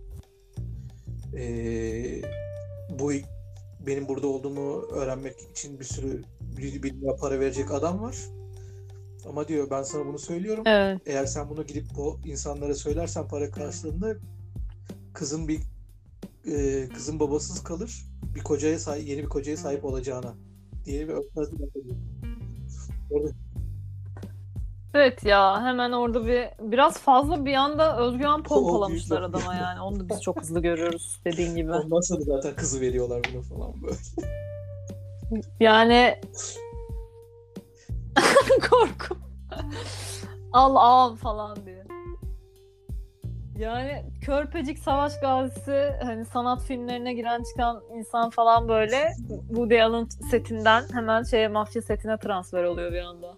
S2: Ee, bu benim burada olduğumu öğrenmek için bir sürü bir, bir lira para verecek adam var. Ama diyor ben sana bunu söylüyorum.
S1: Evet.
S2: Eğer sen bunu gidip o insanlara söylersen para karşılığında kızın bir e, kızın babasız kalır. Bir kocaya sahip, yeni bir kocaya sahip olacağına diye bir örtbas bir laf ediyor. Orada
S1: Evet ya, hemen orada bir biraz fazla bir anda özgüven
S2: o büyük
S1: pompalamışlar
S2: lafı
S1: adama
S2: geldi.
S1: yani. Onu da biz çok hızlı görüyoruz, dediğin gibi.
S2: Ondan sonra zaten kızı veriyorlar buna falan böyle.
S1: Yani korku. Al al falan diye. Yani Körpecik Savaş Gazisi hani sanat filmlerine giren çıkan insan falan böyle Woody Allen setinden hemen şeye mafya setine transfer oluyor bir anda.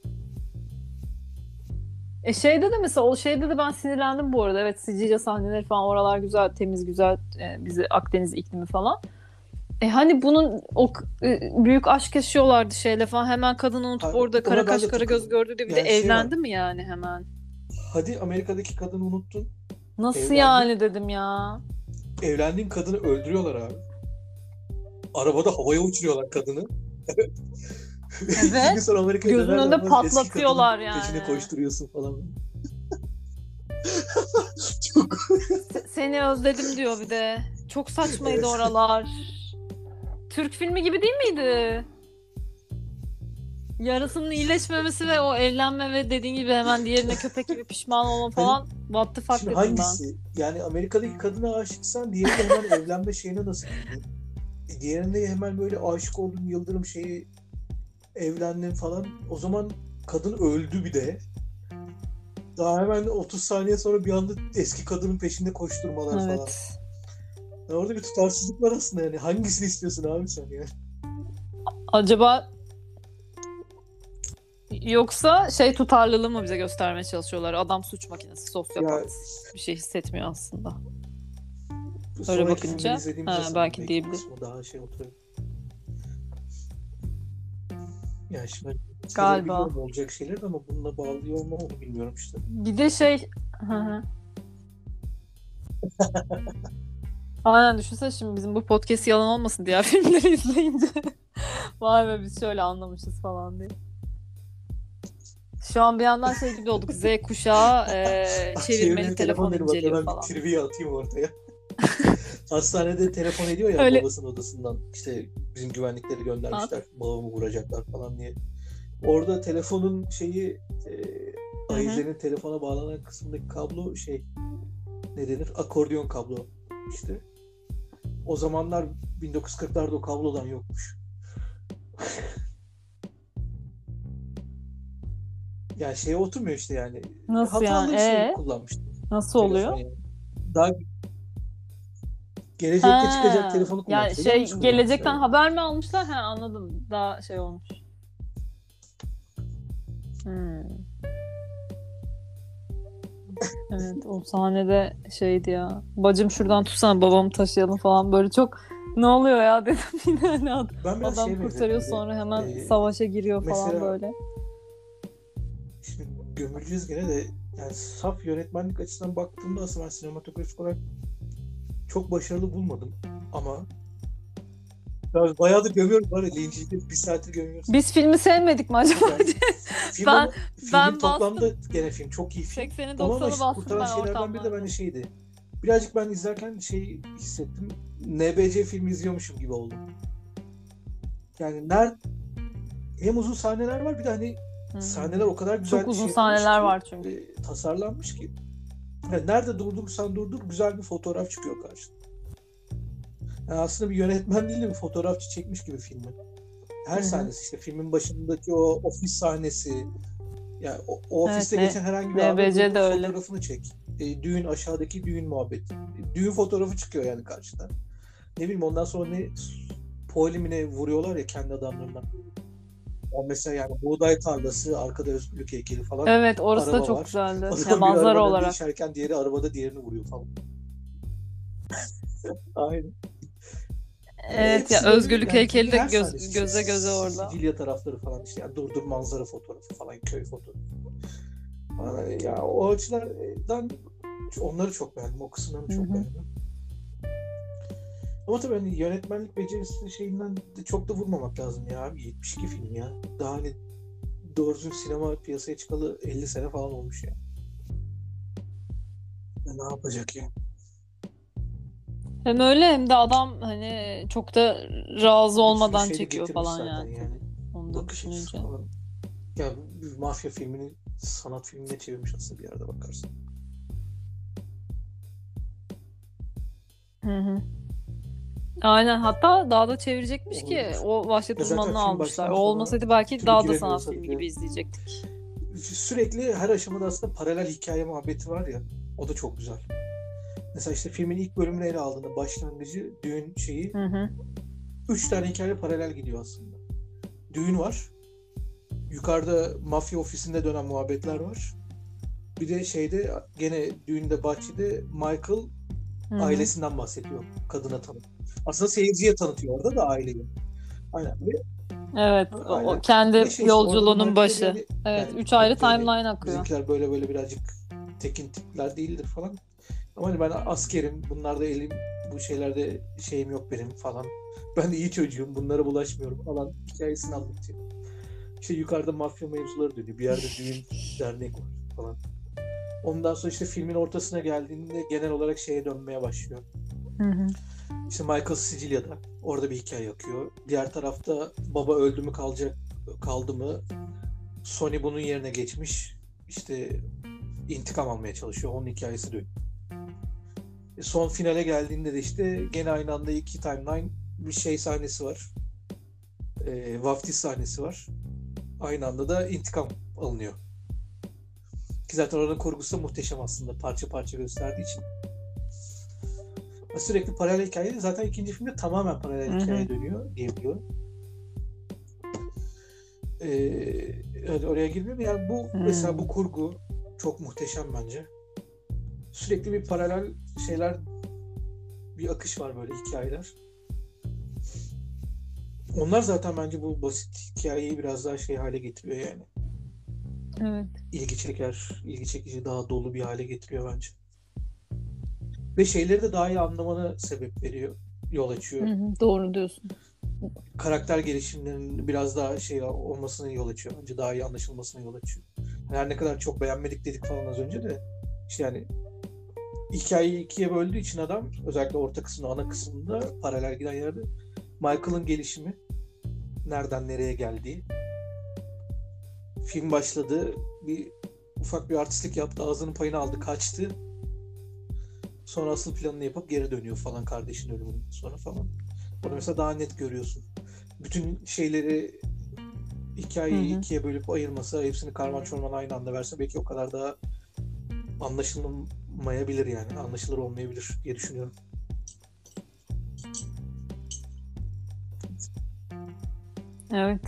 S1: E şeyde de mesela o şeyde de ben sinirlendim bu arada. Evet, Sicilya sahneleri falan oralar güzel, temiz güzel, e, bizi Akdeniz iklimi falan. E hani bunun o e, büyük aşk yaşıyorlardı şeyle falan. Hemen kadını unutup
S2: Ha,
S1: orada kara
S2: ona ben
S1: kaş
S2: de
S1: kara göz
S2: takıldım.
S1: gördü diye bir de
S2: Yani şey var.
S1: evlendi mi yani hemen?
S2: Hadi Amerika'daki kadını unuttun.
S1: Nasıl
S2: Evlendin.
S1: yani dedim ya.
S2: Evlendiğin kadını öldürüyorlar abi. Arabada havaya uçuruyorlar kadını. İki gün
S1: Evet.
S2: sonra Amerika'ya
S1: Gözünün
S2: döner
S1: önünde
S2: dönmez eski kadının
S1: patlatıyorlar
S2: peşine
S1: yani.
S2: koşturuyorsun falan. Çok
S1: Se- seni özledim diyor bir de. Çok saçmaydı
S2: evet.
S1: oralar. Türk filmi gibi değil miydi? Yarısının iyileşmemesi ve o evlenme ve dediğin gibi hemen diğerine köpek gibi pişman olma
S2: Hani
S1: falan. What the fuck
S2: şimdi
S1: dedim ben.
S2: hangisi? Yani Amerika'daki kadına aşıksan diğeri de hemen evlenme şeyine nasıl girdin? E, diğerinde hemen böyle aşık oldum, yıldırım şeyi, evlendim falan. O zaman kadın öldü bir de. Daha hemen otuz saniye sonra bir anda eski kadının peşinde koşturmalar falan.
S1: Evet.
S2: Yani orada bir tutarsızlık var aslında yani. Hangisini istiyorsun abi sen ya?
S1: Acaba yoksa şey tutarlılığı mı bize göstermeye çalışıyorlar? Adam suç makinesi,
S2: Ya
S1: sosyopat. Bir şey hissetmiyor aslında. Öyle
S2: sonraki filmleri
S1: bakınca
S2: izlediğimizde
S1: ha,
S2: sanırım
S1: belki
S2: belki bu
S1: diyebilir.
S2: kısmı daha şey oturuyor. Yani şimdi
S1: Galiba.
S2: sayabiliyorum olacak şeyler ama bununla bağlıyor mu onu bilmiyorum işte.
S1: Bir de şey hı hı. Aynen, düşünsene şimdi bizim bu podcast yalan olmasın diğer filmleri izleyince. Vay be, biz şöyle anlamışız falan diye. Şu an bir yandan şey gibi olduk. Z kuşağı e, çevirmeli
S2: Çevirmeli telefon
S1: telefon
S2: dedim, bak
S1: inceliyor
S2: hemen bir
S1: falan.
S2: trivia atayım ortaya. Hastanede telefon ediyor ya
S1: Öyle
S2: babasının odasından, işte bizim güvenlikleri
S1: at.
S2: göndermişler babamı vuracaklar falan diye. Orada telefonun şeyi e,
S1: Hı hı.
S2: ahizenin telefona bağlanan kısmındaki kablo şey ne denir? Akordeon kablo işte. O zamanlar bin dokuz yüz kırklarda o kablodan yokmuş. Yani şeye oturmuyor işte yani.
S1: Nasıl yani?
S2: Hatalı şey
S1: E
S2: kullanmıştı
S1: nasıl
S2: telefon
S1: oluyor?
S2: yani. Daha gelecekte çıkacak
S1: Ha,
S2: telefonu
S1: yani
S2: kullanmışlar. Yanlış
S1: şey
S2: kullanmışlar
S1: gelecekten
S2: yani.
S1: haber mi almışlar? Ha, anladım. Daha şey olmuş. Hmm. Evet, o sahnede şeydi ya. Bacım şuradan tutsana, babamı taşıyalım falan, böyle çok ne oluyor ya dedim yine hani ad-
S2: Ben biraz
S1: adam
S2: şeye
S1: kurtarıyor
S2: benzettim bir de.
S1: sonra hemen
S2: Ee,
S1: savaşa giriyor falan
S2: mesela
S1: böyle.
S2: şimdi gömüleceğiz gene de, yani saf yönetmenlik açısından baktığımda aslında ben sinematografik olarak çok başarılı bulmadım. Ama ya bayağı da gömüyoruz var ya, linçlikte bir saattir gömüyoruz.
S1: Biz filmi sevmedik mi acaba?
S2: Yani film
S1: Ben
S2: ama filmin
S1: ben
S2: toplamda
S1: bastım.
S2: gene film çok iyi film.
S1: sekseni
S2: Ama, ama
S1: doksanı
S2: işte
S1: bastım
S2: kurtaran
S1: ben
S2: şeylerden biri de bence
S1: ortamlarda.
S2: şeydi. Birazcık ben izlerken şey hissettim. N B C filmi izliyormuşum gibi oldum. Yani ner hem uzun sahneler var, bir de hani
S1: Hı hı.
S2: sahneler o kadar
S1: Çok
S2: güzel
S1: uzun
S2: şey yapılmış
S1: sahneler
S2: ki,
S1: var çünkü.
S2: e, tasarlanmış ki. Yani nerede durdurursan durdur güzel bir fotoğraf çıkıyor karşına. Yani aslında bir yönetmen değil de bir fotoğrafçı çekmiş gibi filmi.
S1: Hı
S2: Her
S1: hı.
S2: sahnesi, işte filmin başındaki o ofis sahnesi, yani o, o
S1: Evet,
S2: ofiste
S1: ne
S2: geçen herhangi bir anda
S1: N B C
S2: durdur
S1: de öyle.
S2: fotoğrafını çek. E, düğün, aşağıdaki düğün muhabbeti. E, düğün fotoğrafı çıkıyor yani karşıda. Ne bileyim, ondan sonra ne Paulie vuruyorlar ya kendi adamlarına. O mesela yani buğday tarlası, arkada özgürlük heykeli falan,
S1: Evet, orası da
S2: araba
S1: çok
S2: var.
S1: güzeldi. Ya
S2: Adam bir
S1: manzara
S2: arabanın önünde
S1: olarak.
S2: geçerken diğeri arabada diğerini vuruyor falan. Aynen. Yani
S1: Evet ya,
S2: hepsi böyle,
S1: özgürlük
S2: yani
S1: heykeli
S2: filmin
S1: de
S2: her
S1: göz,
S2: sahnesi işte
S1: göze göze orada.
S2: Sicilya tarafları falan, işte yani durdur manzara fotoğrafı falan, köy fotoğrafı falan. Ya o açılardan onları çok beğendim. O kısımlarını
S1: Hı
S2: çok
S1: hı.
S2: beğendim. Ama tabii hani yönetmenlik becerisi şeyinden de çok da vurmamak lazım ya abi. yetmiş iki film ya. Daha hani doğru düzgün sinema piyasaya çıkalı elli sene falan olmuş ya. Ya ne yapacak ya?
S1: Hem öyle hem de adam hani çok da razı
S2: Bir sürü
S1: olmadan
S2: şey de
S1: çekiyor
S2: getirmiş
S1: falan
S2: zaten
S1: yani tabii.
S2: yani.
S1: Onu da
S2: Bakış açısı
S1: düşününce.
S2: falan. Ya bir mafya filmini sanat filmine çevirmiş aslında bir yerde bakarsın.
S1: Hı hı. Aynen, hatta daha da çevirecekmiş ki
S2: Olabilir.
S1: o vahşet
S2: Ya zaten
S1: uzmanını
S2: film
S1: almışlar.
S2: baştan
S1: O
S2: sona
S1: olmasaydı
S2: bir
S1: belki
S2: türlü
S1: daha da sanat
S2: giremiyorsa
S1: filmi
S2: bile
S1: gibi izleyecektik.
S2: sürekli her aşamada aslında paralel hikaye muhabbeti var ya. O da çok güzel. Mesela işte filmin ilk bölümünü ele aldığında başlangıcı, düğün şeyi,
S1: Hı hı.
S2: üç tane hikaye paralel gidiyor aslında. Düğün var. Yukarıda mafya ofisinde dönen muhabbetler var. Bir de şeyde gene düğünde bahçede Michael
S1: Hı hı.
S2: ailesinden bahsediyor. Kadına tanıtıyor. Aslında seyirciye tanıtıyor orada da aileyi. Aynen. Ve,
S1: Evet, o, o
S2: aynen.
S1: kendi
S2: Ve şey işte
S1: yolculuğunun
S2: orada Michael'e
S1: başı.
S2: yani,
S1: Evet,
S2: yani
S1: üç ayrı
S2: evet yani
S1: timeline akıyor.
S2: bizimkiler böyle böyle birazcık tekin tipler değildir falan. Ama hani ben askerim. Bunlarda elim bu şeylerde şeyim yok benim falan. Ben de iyi çocuğum. Bunlara bulaşmıyorum falan hikayesini anlatıyor. İşte yukarıda mafya mevzuları dönüyor. Bir yerde düğün dernek var falan. Ondan sonra işte filmin ortasına geldiğinde genel olarak şeye dönmeye başlıyor.
S1: Hı hı.
S2: İşte Michael Sicilya'da. Orada bir hikaye akıyor. Diğer tarafta baba öldü mü kalacak kaldı mı? Sony bunun yerine geçmiş. İşte intikam almaya çalışıyor. Onun hikayesi dönüyor. Son finale geldiğinde de işte gene aynı anda iki timeline bir şey sahnesi var. E, vaftiz sahnesi var. Aynı anda da intikam alınıyor. Ki zaten oranın kurgusu da muhteşem aslında. Parça parça gösterdiği için. Sürekli paralel hikaye. Zaten ikinci filmde tamamen paralel
S1: Hı
S2: hikaye
S1: hı.
S2: dönüyor diyebiliyorum. Ee, öyle oraya girmiyorum. Yani bu
S1: Hmm.
S2: mesela bu kurgu çok muhteşem bence. Sürekli bir paralel şeyler, bir akış var böyle hikayeler. Onlar zaten bence bu basit hikayeyi biraz daha şey hale getiriyor yani.
S1: Evet.
S2: İlgi çeker, ilgi çekici, daha dolu bir hale getiriyor bence. Ve şeyleri de daha iyi anlamana sebep veriyor, yol açıyor.
S1: Hı hı, doğru diyorsun.
S2: Karakter gelişimlerinin biraz daha şey olmasına yol açıyor. Bence daha iyi anlaşılmasına yol açıyor. Her ne kadar çok beğenmedik dedik falan az önce de işte yani hikayeyi ikiye böldüğü için adam özellikle orta kısmında, ana kısmında paralel giden yerde Michael'ın gelişimi, nereden nereye geldiği, film başladı, bir ufak bir artistlik yaptı, ağzının payını aldı, kaçtı. Sonra asıl planını yapıp geri dönüyor falan kardeşinin ölümünden sonra falan. Onu mesela daha net görüyorsun. Bütün şeyleri, hikayeyi
S1: Hı hı.
S2: ikiye bölüp ayırmasa, hepsini karman çorman aynı anda verse belki o kadar daha anlaşılmayabilir yani. Anlaşılır olmayabilir diye düşünüyorum.
S1: Evet.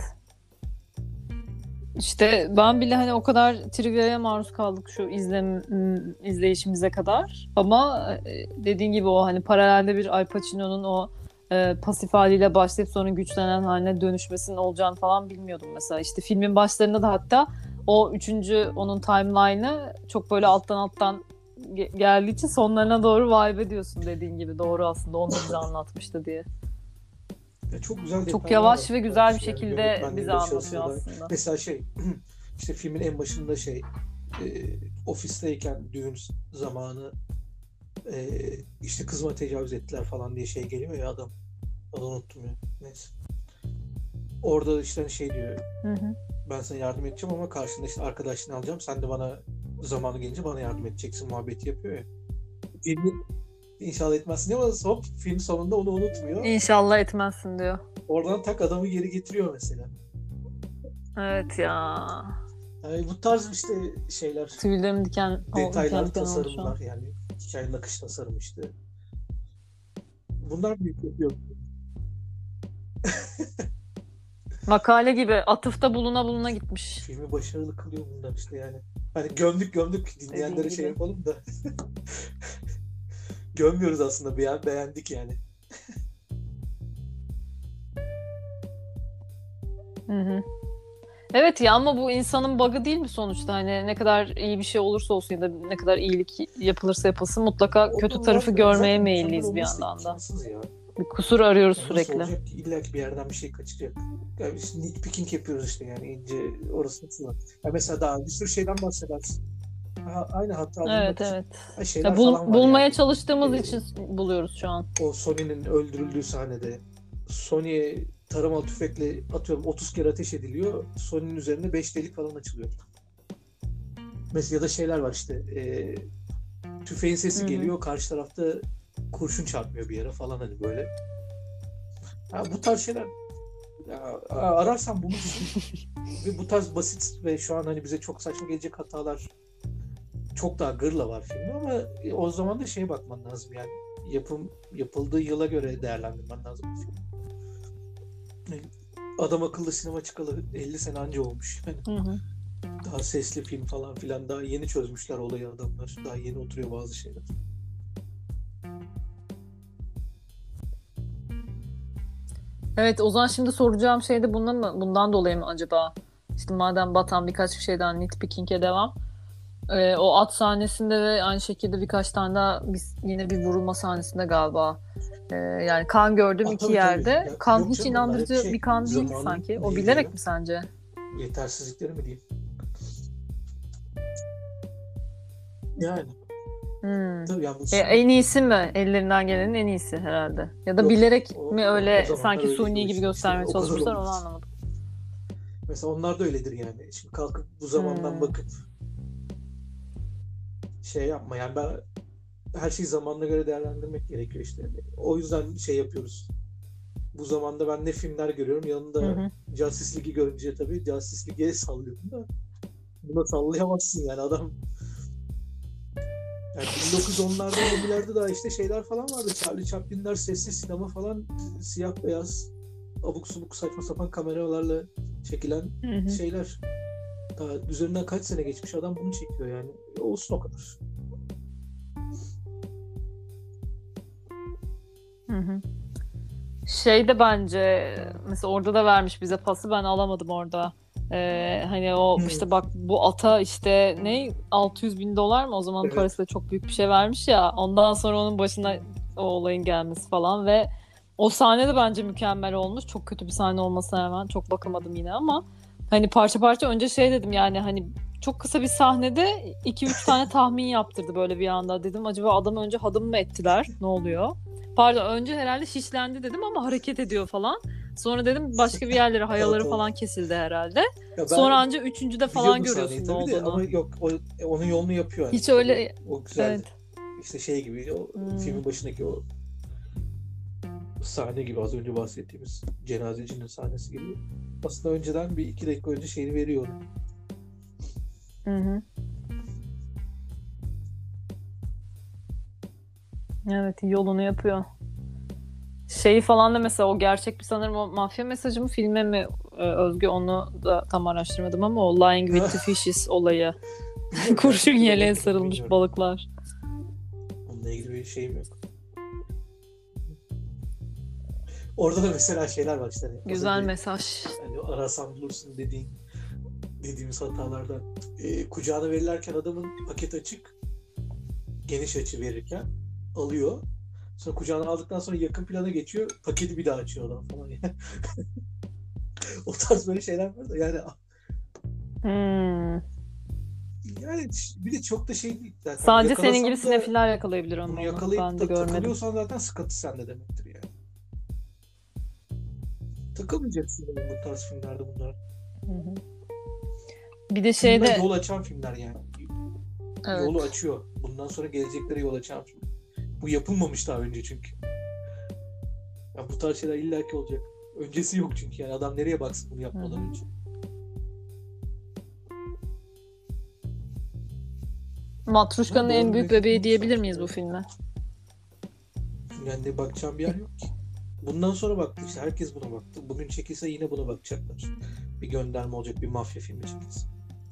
S1: İşte ben bile hani o kadar trivia'ya maruz kaldık şu izlem izleyişimize kadar. Ama e, dediğin gibi o hani paralelde bir Al Pacino'nun o e, pasif haliyle başlayıp sonra güçlenen haline dönüşmesinin olacağını falan bilmiyordum mesela. İşte filmin başlarında da hatta o üçüncü onun timeline'ı çok böyle alttan alttan ge- geldiği için sonlarına doğru vibe ediyorsun dediğin gibi. Doğru aslında onu da bize anlatmıştı diye.
S2: Ya çok güzel
S1: Çok
S2: detaylar var.
S1: yavaş ve güzel bir
S2: İşte yani
S1: şekilde
S2: yönetmenliğin
S1: bize anlatıyor
S2: başarısına da.
S1: aslında.
S2: Mesela şey işte filmin en başında şey e, ofisteyken düğün zamanı e, işte kızıma tecavüz ettiler falan diye şey geliyor ya adam. Adını unuttum ya. Neyse. Orada işte hani şey diyor.
S1: Hı hı.
S2: Ben sana yardım edeceğim ama karşında işte arkadaşını alacağım. Sen de bana zamanı gelince bana yardım edeceksin muhabbeti yapıyor ya. Filmi inşallah etmezsin diye ama hop film sonunda onu unutmuyor.
S1: İnşallah etmezsin diyor.
S2: Oradan tak adamı geri getiriyor mesela.
S1: Evet ya.
S2: Yani bu tarz işte şeyler,
S1: Tüylerim diken, o, diken
S2: detaylar,
S1: diken oldu şu an.
S2: tasarımlar yani hikayenin akış tasarımı işte. Bunlar büyük yapıyor.
S1: Makale gibi atıfta buluna buluna gitmiş.
S2: Filmi başarılı kılıyor bunlar işte yani. Hani gömdük gömdük dinleyenlere şey yapalım da. Gömmüyoruz aslında, beğen, beğendik yani.
S1: Hı hı. Evet ya ama bu insanın bug'ı değil mi sonuçta? Hani ne kadar iyi bir şey olursa olsun ya da ne kadar iyilik yapılırsa yapılsın mutlaka kötü
S2: Onun
S1: tarafı
S2: var,
S1: görmeye
S2: zaten mükemmel
S1: meyilliyiz bir
S2: olması da
S1: yandan da.
S2: imkansız ya.
S1: Bir kusur arıyoruz
S2: Yani nasıl
S1: sürekli.
S2: olacak ki? İlla ki bir yerden bir şey kaçacak. Yani biz nitpicking yapıyoruz işte yani ince orası nasıl var. Ya mesela daha bir sürü şeyden bahsedersin. Ha, aynı hata bulmak
S1: Evet
S2: için.
S1: evet.
S2: Ha, şeyler
S1: Ya bul,
S2: falan var
S1: bulmaya
S2: yani.
S1: çalıştığımız
S2: Ee,
S1: için buluyoruz şu an.
S2: o Sony'nin öldürüldüğü sahnede Sony'ye taramalı tüfekle atıyorum otuz kere ateş ediliyor. Sony'nin üzerinde beş delik falan açılıyor. Mesela ya da şeyler var işte e, tüfeğin sesi
S1: Hı hı.
S2: geliyor, karşı tarafta kurşun çarpmıyor bir yere falan hani böyle. Ha, bu tarz şeyler ya, ararsan bulursun. Ve bu tarz basit ve şu an hani bize çok saçma gelecek hatalar çok daha gırla var filmde ama o zaman da şeye bakman lazım yani. Yapım yapıldığı yıla göre değerlendirmen lazım bu filmi. Adam akıllı sinema çıkalı elli sene önce olmuş. Yani
S1: Hı hı.
S2: daha sesli film falan filan daha yeni çözmüşler olayı adamlar. Daha yeni oturuyor bazı şeyler.
S1: Evet, o zaman şimdi soracağım şey de bundan mı, bundan dolayı mı acaba? İşte madem Batan birkaç bir şeyden nitpicking'e devam. Ee, o at sahnesinde ve aynı şekilde birkaç tane daha biz yine bir vurulma sahnesinde galiba. Ee, yani kan gördüm
S2: Aa,
S1: iki
S2: tabii tabii.
S1: yerde.
S2: Ya,
S1: Kan
S2: yok
S1: hiç
S2: canım onlar hep
S1: inandırıcı
S2: şey
S1: bir kan değil
S2: zamanın
S1: sanki. O
S2: neydi
S1: bilerek
S2: ya?
S1: mi sence?
S2: Yetersizlikleri mi diyeyim? Yani
S1: Hmm.
S2: tabii yani bu
S1: E,
S2: şimdi
S1: en iyisi mi? Ellerinden gelenin en iyisi herhalde. Ya da
S2: yok
S1: bilerek
S2: o,
S1: mi
S2: o, o
S1: öyle
S2: zamanlar
S1: sanki
S2: öyleydi o
S1: suni gibi
S2: iş. İşte
S1: göstermeye
S2: o kadar
S1: çalışmışlar, onu
S2: olmaz.
S1: anlamadım.
S2: Mesela onlar da öyledir yani. Şimdi kalkıp bu zamandan
S1: Hmm.
S2: bakıp şey yapma yani ben her şeyi zamanına göre değerlendirmek gerekiyor işte. O yüzden şey yapıyoruz. Bu zamanda ben ne filmler görüyorum.
S1: Hı
S2: Yanında
S1: hı.
S2: Justice League'i görünce tabii Justice League'e sallıyorum da buna sallayamazsın yani adam. Yani bin dokuz yüz onlarda yirmilerde daha işte şeyler falan vardı. Charlie Chaplin'ler, sessiz sinema falan, siyah beyaz abuk subuk saçma sapan kameralarla çekilen
S1: Hı hı.
S2: şeyler. Daha üzerinden kaç sene geçmiş adam bunu çekiyor yani. Olsun o kadar.
S1: Hı hı. Şey de bence mesela orada da vermiş bize pası, ben alamadım orada. Ee, hani o
S2: Hmm.
S1: işte bak bu ata işte ne altı yüz bin dolar mı o zamanın
S2: Evet.
S1: parasıyla çok büyük bir şey vermiş ya, ondan sonra onun başına o olayın gelmesi falan ve o sahne de bence mükemmel olmuş. Çok kötü bir sahne olmasına rağmen çok bakamadım yine ama hani parça parça önce şey dedim yani hani çok kısa bir sahnede iki üç tane tahmin yaptırdı böyle bir anda. Dedim acaba adam önce hadım mı ettiler? Ne oluyor? Pardon, önce herhalde şişlendi dedim ama hareket ediyor falan. Sonra dedim başka bir yerlere
S2: Evet,
S1: hayaları
S2: evet.
S1: falan kesildi herhalde.
S2: Ya
S1: Sonra
S2: ben
S1: anca üçüncüde falan
S2: biliyorum sahneyi
S1: görüyorsun ne
S2: tabii de ama
S1: olduğunu.
S2: yok o, onun yolunu yapıyor yani.
S1: Hiç
S2: İşte bu,
S1: öyle,
S2: o güzeldi.
S1: evet.
S2: İşte şey gibi o
S1: Hmm.
S2: filmin başındaki o sahne gibi az önce bahsettiğimiz cenazecinin sahnesi gibi. Aslında önceden bir iki dakika önce şeyini veriyor.
S1: Hı hı. Evet, yolunu yapıyor. Şeyi falan da mesela o gerçek bir sanırım o mafya mesajı mı filme mi e, özgü, onu da tam araştırmadım ama o Lying with the Fishes olayı.
S2: Bilmiyorum
S1: Kurşun
S2: gerçekten
S1: yeleğe
S2: olabilir,
S1: sarılmış
S2: bilmiyorum.
S1: balıklar.
S2: Onunla ilgili bir şeyim yok. Orada da mesela şeyler var işte. Hani az
S1: Güzel
S2: önce
S1: mesaj.
S2: hani arasan bulursun dediğin dediğimiz hatalardan. E, kucağına verirlerken adamın paket açık, geniş açı verirken alıyor. Sonra kucağına aldıktan sonra yakın plana geçiyor. Paketi bir daha açıyor adam falan. Yani. O tarz böyle şeyler var da yani
S1: Hmm.
S2: yani bir de çok da şey değil zaten.
S1: Sadece senin gibi
S2: Yakalasan da
S1: sinefiller yakalayabilir onu.
S2: bunu
S1: onu.
S2: yakalayıp
S1: Ben de
S2: da
S1: görmedim.
S2: takılıyorsan zaten sıkıntı sende demektir yani. Takılmayacaksın yani bu tarz filmlerde bunlar.
S1: Hı hı. Bir de
S2: Çünkü bunlar
S1: şeyde
S2: yol açan filmler yani. Yolu
S1: evet.
S2: açıyor. Bundan sonra geleceklere yol açan film. Bu yapılmamış daha önce çünkü. Ya bu tarz şeyler illaki olacak. Öncesi yok çünkü yani adam nereye baksın bunu yapmadan
S1: Hı hı.
S2: önce.
S1: Matruşka'nın
S2: Ha,
S1: en
S2: doğru
S1: büyük
S2: müzik
S1: bebeği
S2: yok
S1: diyebilir
S2: sanki.
S1: miyiz bu
S2: Evet.
S1: filme?
S2: Yani de bakacağım bir yer yok ki. Bundan sonra baktı işte. Herkes buna baktı. Bugün çekilse yine buna bakacaklar. Bir gönderme olacak bir mafya filmi çekilse.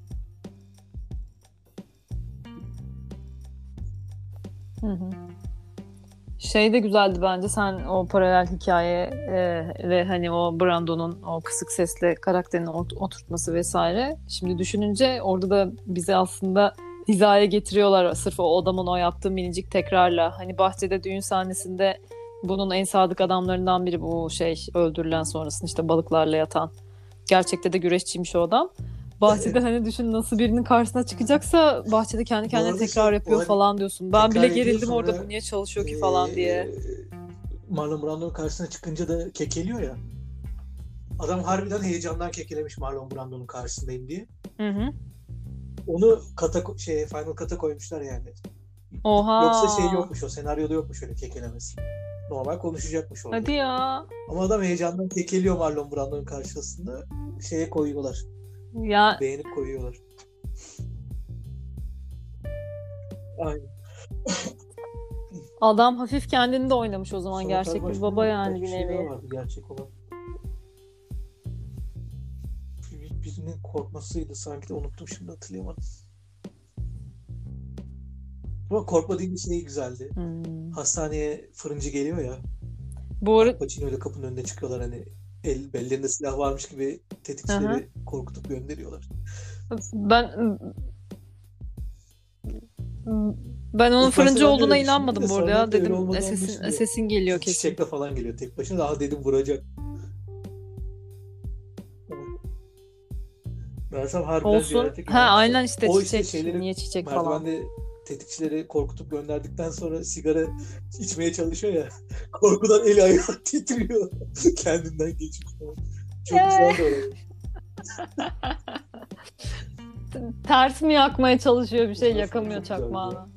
S1: Hı hı. Şey de güzeldi bence, sen o paralel hikaye e, ve hani o Brando'nun o kısık sesle karakterini ot- oturtması vesaire. Şimdi düşününce orada da bizi aslında hizaya getiriyorlar sırf o adamın o yaptığı minicik tekrarla. Hani bahçede düğün sahnesinde bunun en sadık adamlarından biri bu şey öldürülen, sonrasında işte balıklarla yatan. Gerçekte de güreşçiymiş o adam. Bahçede hani düşün nasıl birinin karşısına çıkacaksa bahçede kendi
S2: Bu
S1: kendine
S2: arada
S1: tekrar
S2: şey o
S1: yapıyor
S2: hani
S1: falan diyorsun. Ben bile
S2: tekrar ediyor
S1: gerildim orada,
S2: sonra
S1: bu niye çalışıyor ki falan
S2: ee,
S1: diye.
S2: Marlon Brando'nun karşısına çıkınca da kekeliyor ya. Adam harbiden heyecandan kekelemiş Marlon Brando'nun karşısındayım diye.
S1: Hı hı.
S2: Onu kata şey Final Cut'a koymuşlar yani. Yoksa şey
S1: Oha.
S2: yokmuş o senaryoda yokmuş öyle kekelemesi. Normal konuşacakmış orada.
S1: Hadi ya.
S2: Ama adam heyecandan kekeliyor Marlon Brando'nun karşısında. Şeye koyuyorlar.
S1: Ya
S2: Beğenip koyuyorlar. Aynen.
S1: Adam hafif kendini de oynamış o zaman.
S2: Sonra
S1: Gerçek bir
S2: başka
S1: baba
S2: bir-
S1: yani
S2: birkaç
S1: bir
S2: şey daha
S1: nevi.
S2: vardı gerçek olan. Bir- Birinin korkmasıydı sanki de unuttum şimdi hatırlayamadım. Ama korkma deyince şey güzeldi.
S1: Hmm.
S2: Hastaneye fırıncı geliyor ya.
S1: Bu
S2: Al
S1: arada
S2: Pacino ile kapının önünde çıkıyorlar hani el, bellerinde silah varmış gibi
S1: Hı hı.
S2: tetikçileri korkutup gönderiyorlar.
S1: ben ben onun
S2: İlk başta
S1: fırıncı
S2: ben de
S1: olduğuna
S2: öyle düşündüm de
S1: inanmadım bu arada ya.
S2: sonra öyle
S1: Dedim
S2: olmadığı
S1: sesin
S2: anlaşılıyor.
S1: sesin geliyor kesin.
S2: Çiçekle falan geliyor tek başına. Daha dedim vuracak. Meğersem harbiden
S1: Olsun.
S2: ziyarete
S1: Ha
S2: gelmişler.
S1: aynen işte
S2: O işte
S1: çiçek.
S2: şeyleri
S1: Niye çiçek falan?
S2: merdivende tetikçileri korkutup gönderdikten sonra sigara içmeye çalışıyor ya. Korkudan eli ayağı titriyor. Kendinden geçmiş falan. Çok güzeldi orası.
S1: Ters mi yakmaya çalışıyor bir şey,
S2: Ondan sonra
S1: yakamıyor
S2: çok güzeldi
S1: çakmağını.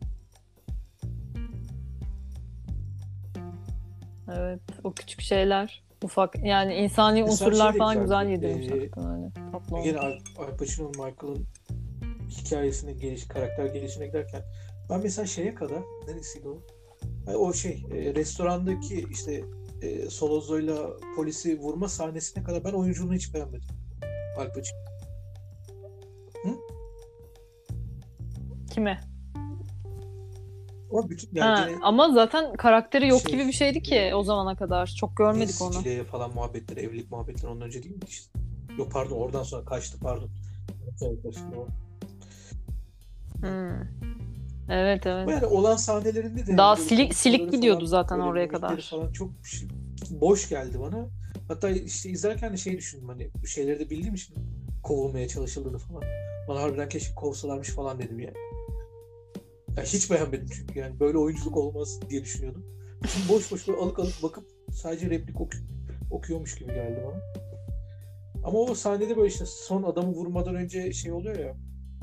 S1: Evet, o küçük şeyler. Ufak yani insani
S2: Mesela
S1: unsurlar
S2: şey de
S1: falan güzel
S2: güzeldi.
S1: yedirmiş
S2: Ee,
S1: hakikaten öyle. Tatlı
S2: Gene
S1: olmuş.
S2: Al, Al Pacino'nun Michael'ın hikayesine geliş, karakter gelişine giderken ben mesela şeye kadar neresiydi o? Ay, o şey e, restorandaki işte e, Solozzo'yla polisi vurma sahnesine kadar ben oyunculuğunu hiç beğenmedim. Al Pacino. Hı?
S1: Kime?
S2: Ama bütün yani
S1: Ha,
S2: gene
S1: ama zaten karakteri yok
S2: şey
S1: gibi bir şeydi ki
S2: e,
S1: o zamana kadar. Çok
S2: neydi
S1: görmedik onu.
S2: Sicilya'ya falan muhabbetleri, evlilik muhabbetleri ondan önce değil mi işte? Yok pardon oradan sonra kaçtı pardon. Evet, evet, kaçtı, o.
S1: Hmm. Evet
S2: Ama
S1: evet.
S2: yani olan sahnelerinde de
S1: Daha
S2: böyle
S1: silik silik
S2: konuşmaları
S1: gidiyordu
S2: falan
S1: zaten
S2: böyle
S1: oraya
S2: mimikleri
S1: kadar.
S2: falan çok şey- boş geldi bana. Hatta işte izlerken de şey düşündüm hani bu şeyleri de bildiğim için kovulmaya çalışıldığını falan. Bana harbiden keşke kovsalarmış falan dedim yani. Ya hiç beğenmedim çünkü yani böyle oyunculuk olmaz diye düşünüyordum. Şimdi boş boş böyle alık alık bakıp sadece replik oku- okuyormuş gibi geldi bana. Ama o sahnede böyle işte son adamı vurmadan önce şey oluyor ya.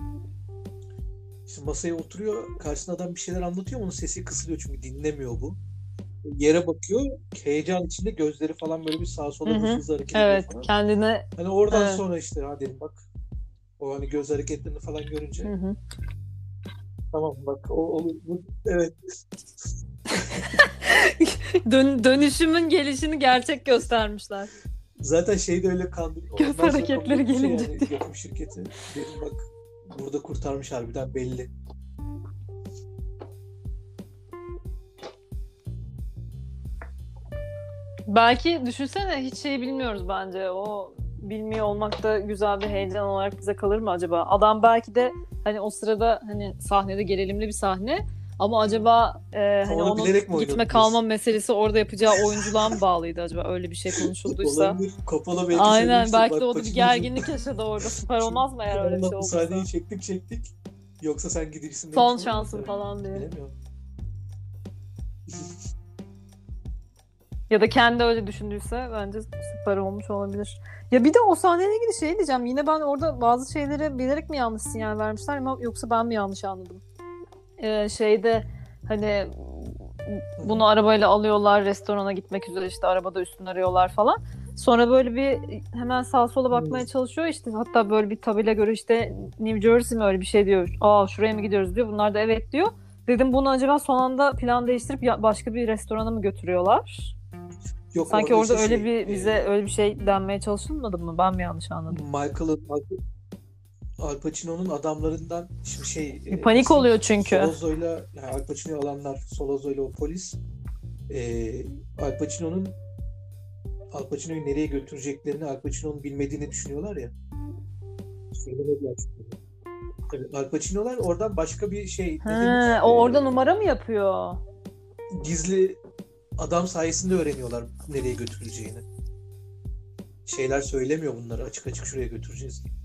S2: İşte masaya oturuyor, karşısında adam bir şeyler anlatıyor ama onun sesi kısılıyor çünkü dinlemiyor bu. Yere bakıyor, heyecan içinde gözleri falan böyle bir sağa
S1: Hı
S2: sola hızlı
S1: hı.
S2: hızlı hareket ediyor
S1: Evet,
S2: falan.
S1: kendine
S2: Hani oradan
S1: evet.
S2: sonra işte ha dedim bak o hani göz hareketlerini falan
S1: Hı
S2: görünce
S1: hı.
S2: tamam bak o, o bu, evet
S1: Dön, dönüşümün gelişini gerçek göstermişler.
S2: zaten şey de öyle kandır.
S1: Göz
S2: Ondan sonra kabul
S1: hareketleri
S2: etmiş ya
S1: gelince
S2: yani
S1: diyor.
S2: yapım şirketi. Dedim bak burada kurtarmış harbiden belli.
S1: Belki düşünsene hiç şeyi bilmiyoruz bence. O bilmiyor olmak da güzel bir heyecan olarak bize kalır mı acaba? Adam belki de hani o sırada hani sahnede gerilimli bir sahne ama acaba e,
S2: Ha,
S1: hani
S2: onu
S1: onun
S2: bilerek mi
S1: gitme
S2: oynadı
S1: kalma
S2: diyorsun?
S1: meselesi orada yapacağı oyunculuğa mı bağlıydı acaba? Öyle bir şey konuşulduysa.
S2: Olabilir. Coppola belki şey
S1: Aynen
S2: demiştir.
S1: belki de
S2: Bak
S1: o da bir
S2: Pacino'cum.
S1: gerginlik yaşadı orada. Süper
S2: Şimdi
S1: olmaz mı eğer öyle bir
S2: Allah
S1: şey
S2: bu sahneyi
S1: olduysa?
S2: çektik çektik. Yoksa sen gideceksin demiş
S1: Son
S2: olabilir
S1: şansım
S2: tabii.
S1: falan diye.
S2: Bilemiyorum.
S1: Ya da kendi öyle düşündüyse bence süper olmuş olabilir. Ya bir de o sahneyle ilgili şey diyeceğim. Yine ben orada bazı şeyleri bilerek mi yanlış sinyal vermişler ama yoksa ben mi yanlış anladım? Ee, şeyde hani bunu arabayla alıyorlar restorana gitmek üzere işte arabada üstünü arıyorlar falan. Sonra böyle bir hemen sağa sola
S2: Hmm.
S1: bakmaya çalışıyor işte hatta böyle bir tabela göre işte New Jersey mi öyle bir şey diyor. Aa şuraya mı gidiyoruz diyor. Bunlar da evet diyor. Dedim bunu acaba son anda plan değiştirip ya- başka bir restorana mı götürüyorlar?
S2: Yok
S1: Sanki
S2: orada
S1: orada
S2: işte
S1: öyle
S2: şey
S1: bir bize
S2: e,
S1: öyle bir şey denmeye çalışılmadı mı? Ben mi yanlış anladım?
S2: Michael'ın Al Pacino'nun adamlarından şimdi şey
S1: Bir
S2: e,
S1: panik
S2: nasıl diyeyim
S1: oluyor çünkü.
S2: Solozzo'yla yani Al Pacino'yu alanlar Solozzo'yla o polis e, Al Pacino'nun Al Pacino'yu nereye götüreceklerini Al Pacino'nun bilmediğini düşünüyorlar ya. Söylemediler çünkü. Tabii Al Pacino'lar oradan başka bir şey ne denir?
S1: He, o
S2: E,
S1: orada numara mı yapıyor?
S2: gizli adam sayesinde öğreniyorlar nereye götürüleceğini. Şeyler söylemiyor bunları açık açık şuraya götüreceğiz diye.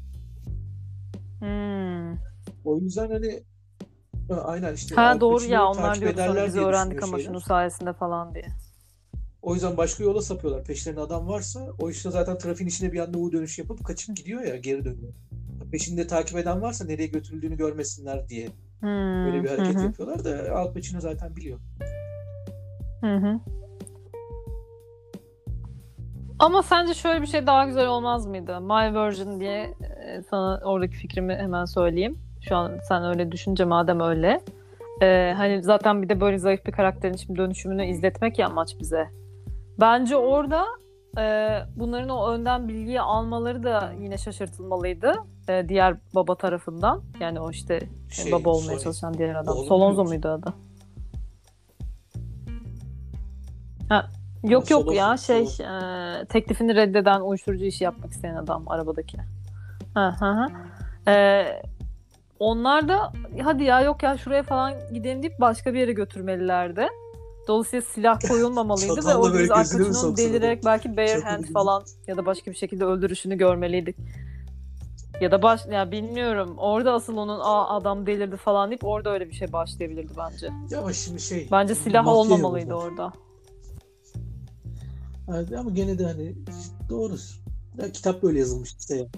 S1: Hmm.
S2: O yüzden hani ha, aynen işte
S1: Ha
S2: Al
S1: doğru ya
S2: Pacino'yu
S1: onlar
S2: takip
S1: diyordu sonra
S2: ederler
S1: biz
S2: diye
S1: öğrendik
S2: düşünüyor
S1: ama şunun
S2: şeyler.
S1: sayesinde falan diye.
S2: O yüzden başka yola sapıyorlar. Peşlerinde adam varsa o işte zaten trafiğin içine bir anda U dönüş yapıp kaçıp gidiyor ya geri dönüyor. Peşinde takip eden varsa nereye götürüldüğünü görmesinler diye böyle
S1: Hmm.
S2: bir
S1: Hı
S2: hareket
S1: hı.
S2: yapıyorlar da Al Pacino zaten biliyor.
S1: Hı hı. Ama sence şöyle bir şey daha güzel olmaz mıydı? My version diye e, sana oradaki fikrimi hemen söyleyeyim. Şu an sen öyle düşünce madem öyle. Ee, hani zaten bir de böyle zayıf bir karakterin şimdi dönüşümünü izletmek ya amaç bize. Bence orada e, bunların o önden bilgiyi almaları da yine şaşırtılmalıydı. E, diğer baba tarafından. Yani o işte e, baba
S2: Şey,
S1: olmaya
S2: Sony.
S1: çalışan diğer adam.
S2: Oğlum biliyor
S1: Solonzo
S2: musun?
S1: muydu adı? Ha,
S2: Ha,
S1: yok yok
S2: Soloz,
S1: ya şey
S2: Soloz.
S1: e, teklifini reddeden uyuşturucu işi yapmak isteyen adam arabadaki. Ha, ha, ha. E, onlar da hadi ya yok ya şuraya falan gidelim deyip başka bir yere götürmelilerdi. Dolayısıyla silah koyulmamalıydı ve
S2: Çatalla
S1: orada
S2: böyle
S1: biz Al
S2: gözüne mi
S1: Pacino'nun
S2: soksun adam?
S1: delirerek belki bare
S2: Çatalı
S1: hand
S2: gözü.
S1: falan ya da başka bir şekilde öldürüşünü görmeliydik. Ya da baş ya bilmiyorum. Orada asıl onun aa adam delirdi falan deyip orada öyle bir şey başlayabilirdi bence.
S2: Ya ama şimdi şey,
S1: Bence
S2: bir
S1: silah
S2: mafya ya
S1: olmamalıydı
S2: bunlar.
S1: orada.
S2: Yani ama gene de hani doğru. Ya, kitap böyle yazılmış işte ya.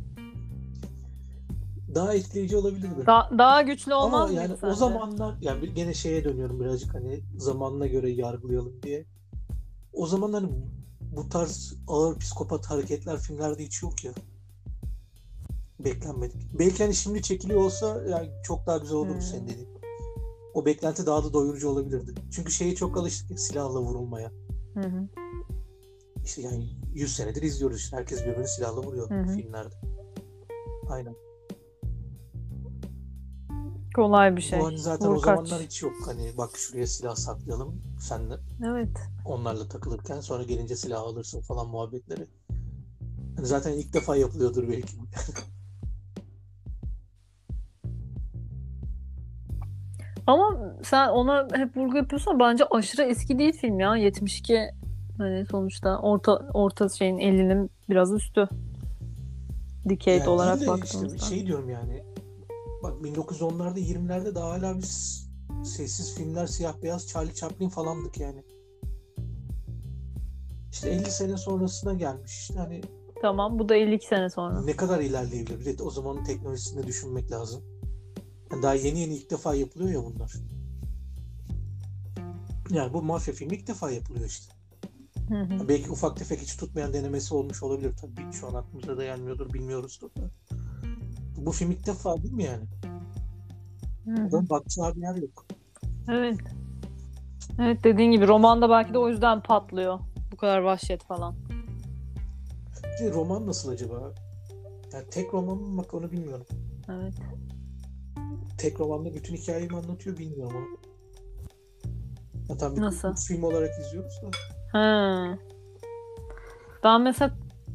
S2: Daha etkileyici olabilirdi.
S1: Da- daha güçlü
S2: Ama
S1: olmaz
S2: yani
S1: mıydı
S2: o
S1: sence?
S2: zamanlar, yani bir- gene şeye dönüyorum birazcık, hani zamanına göre yargılayalım diye. O zaman hani bu tarz ağır psikopat hareketler filmlerde hiç yok ya. Beklenmedik. Belki hani şimdi çekiliyor olsa yani çok daha güzel olurdu senin
S1: Hmm.
S2: dediğin. O beklenti daha da doyurucu olabilirdi. Çünkü şeye çok alıştık ya, silahla vurulmaya.
S1: Hı hı.
S2: İşte yani yüz senedir izliyoruz işte. Herkes birbirini silahla vuruyor
S1: Hı hı.
S2: filmlerde. Aynen.
S1: Kolay bir
S2: Bu hani
S1: şey.
S2: zaten o
S1: Vur
S2: zamanlar
S1: kaç.
S2: hiç yok. Hani bak şuraya silah saklayalım. Sen de
S1: Evet.
S2: onlarla takılırken sonra gelince silah alırsın falan muhabbetleri. Hani zaten ilk defa yapılıyordur belki.
S1: Ama sen ona hep vurgu yapıyorsan bence aşırı eski değil film ya. yetmiş iki hani sonuçta orta orta şeyin elinin biraz üstü. Decade
S2: Yani değil
S1: olarak
S2: de işte
S1: baktığımızda.
S2: şey diyorum yani. Bak bin dokuz yüz onlarda yirmilerde daha hala biz sessiz filmler, siyah beyaz, Charlie Chaplin falandık yani. İşte elli sene sonrasına gelmiş. İşte hani
S1: Tamam bu da elli iki sene sonra.
S2: ne kadar ilerleyebilir? Bir de o zamanın teknolojisini de düşünmek lazım. Yani daha yeni yeni ilk defa yapılıyor ya bunlar. Yani bu mafya filmi ilk defa yapılıyor işte.
S1: Hı hı.
S2: Yani belki ufak tefek hiç tutmayan denemesi olmuş olabilir tabii. Şu an aklımıza da gelmiyordur, bilmiyoruzdur da. Bu film ilk defa değil mi yani?
S1: Hı hı.
S2: Adam bakacağı bir yer yok.
S1: Evet. Evet dediğin gibi romanda belki de o yüzden patlıyor. Bu kadar vahşet falan.
S2: Bir de roman nasıl acaba? Yani tek roman mı bak onu bilmiyorum.
S1: Evet.
S2: Tek romanda bütün hikayeyi mi anlatıyor bilmiyorum onu. Zaten bir
S1: Nasıl?
S2: üç film olarak izliyoruz da.
S1: Ha. Ben mesela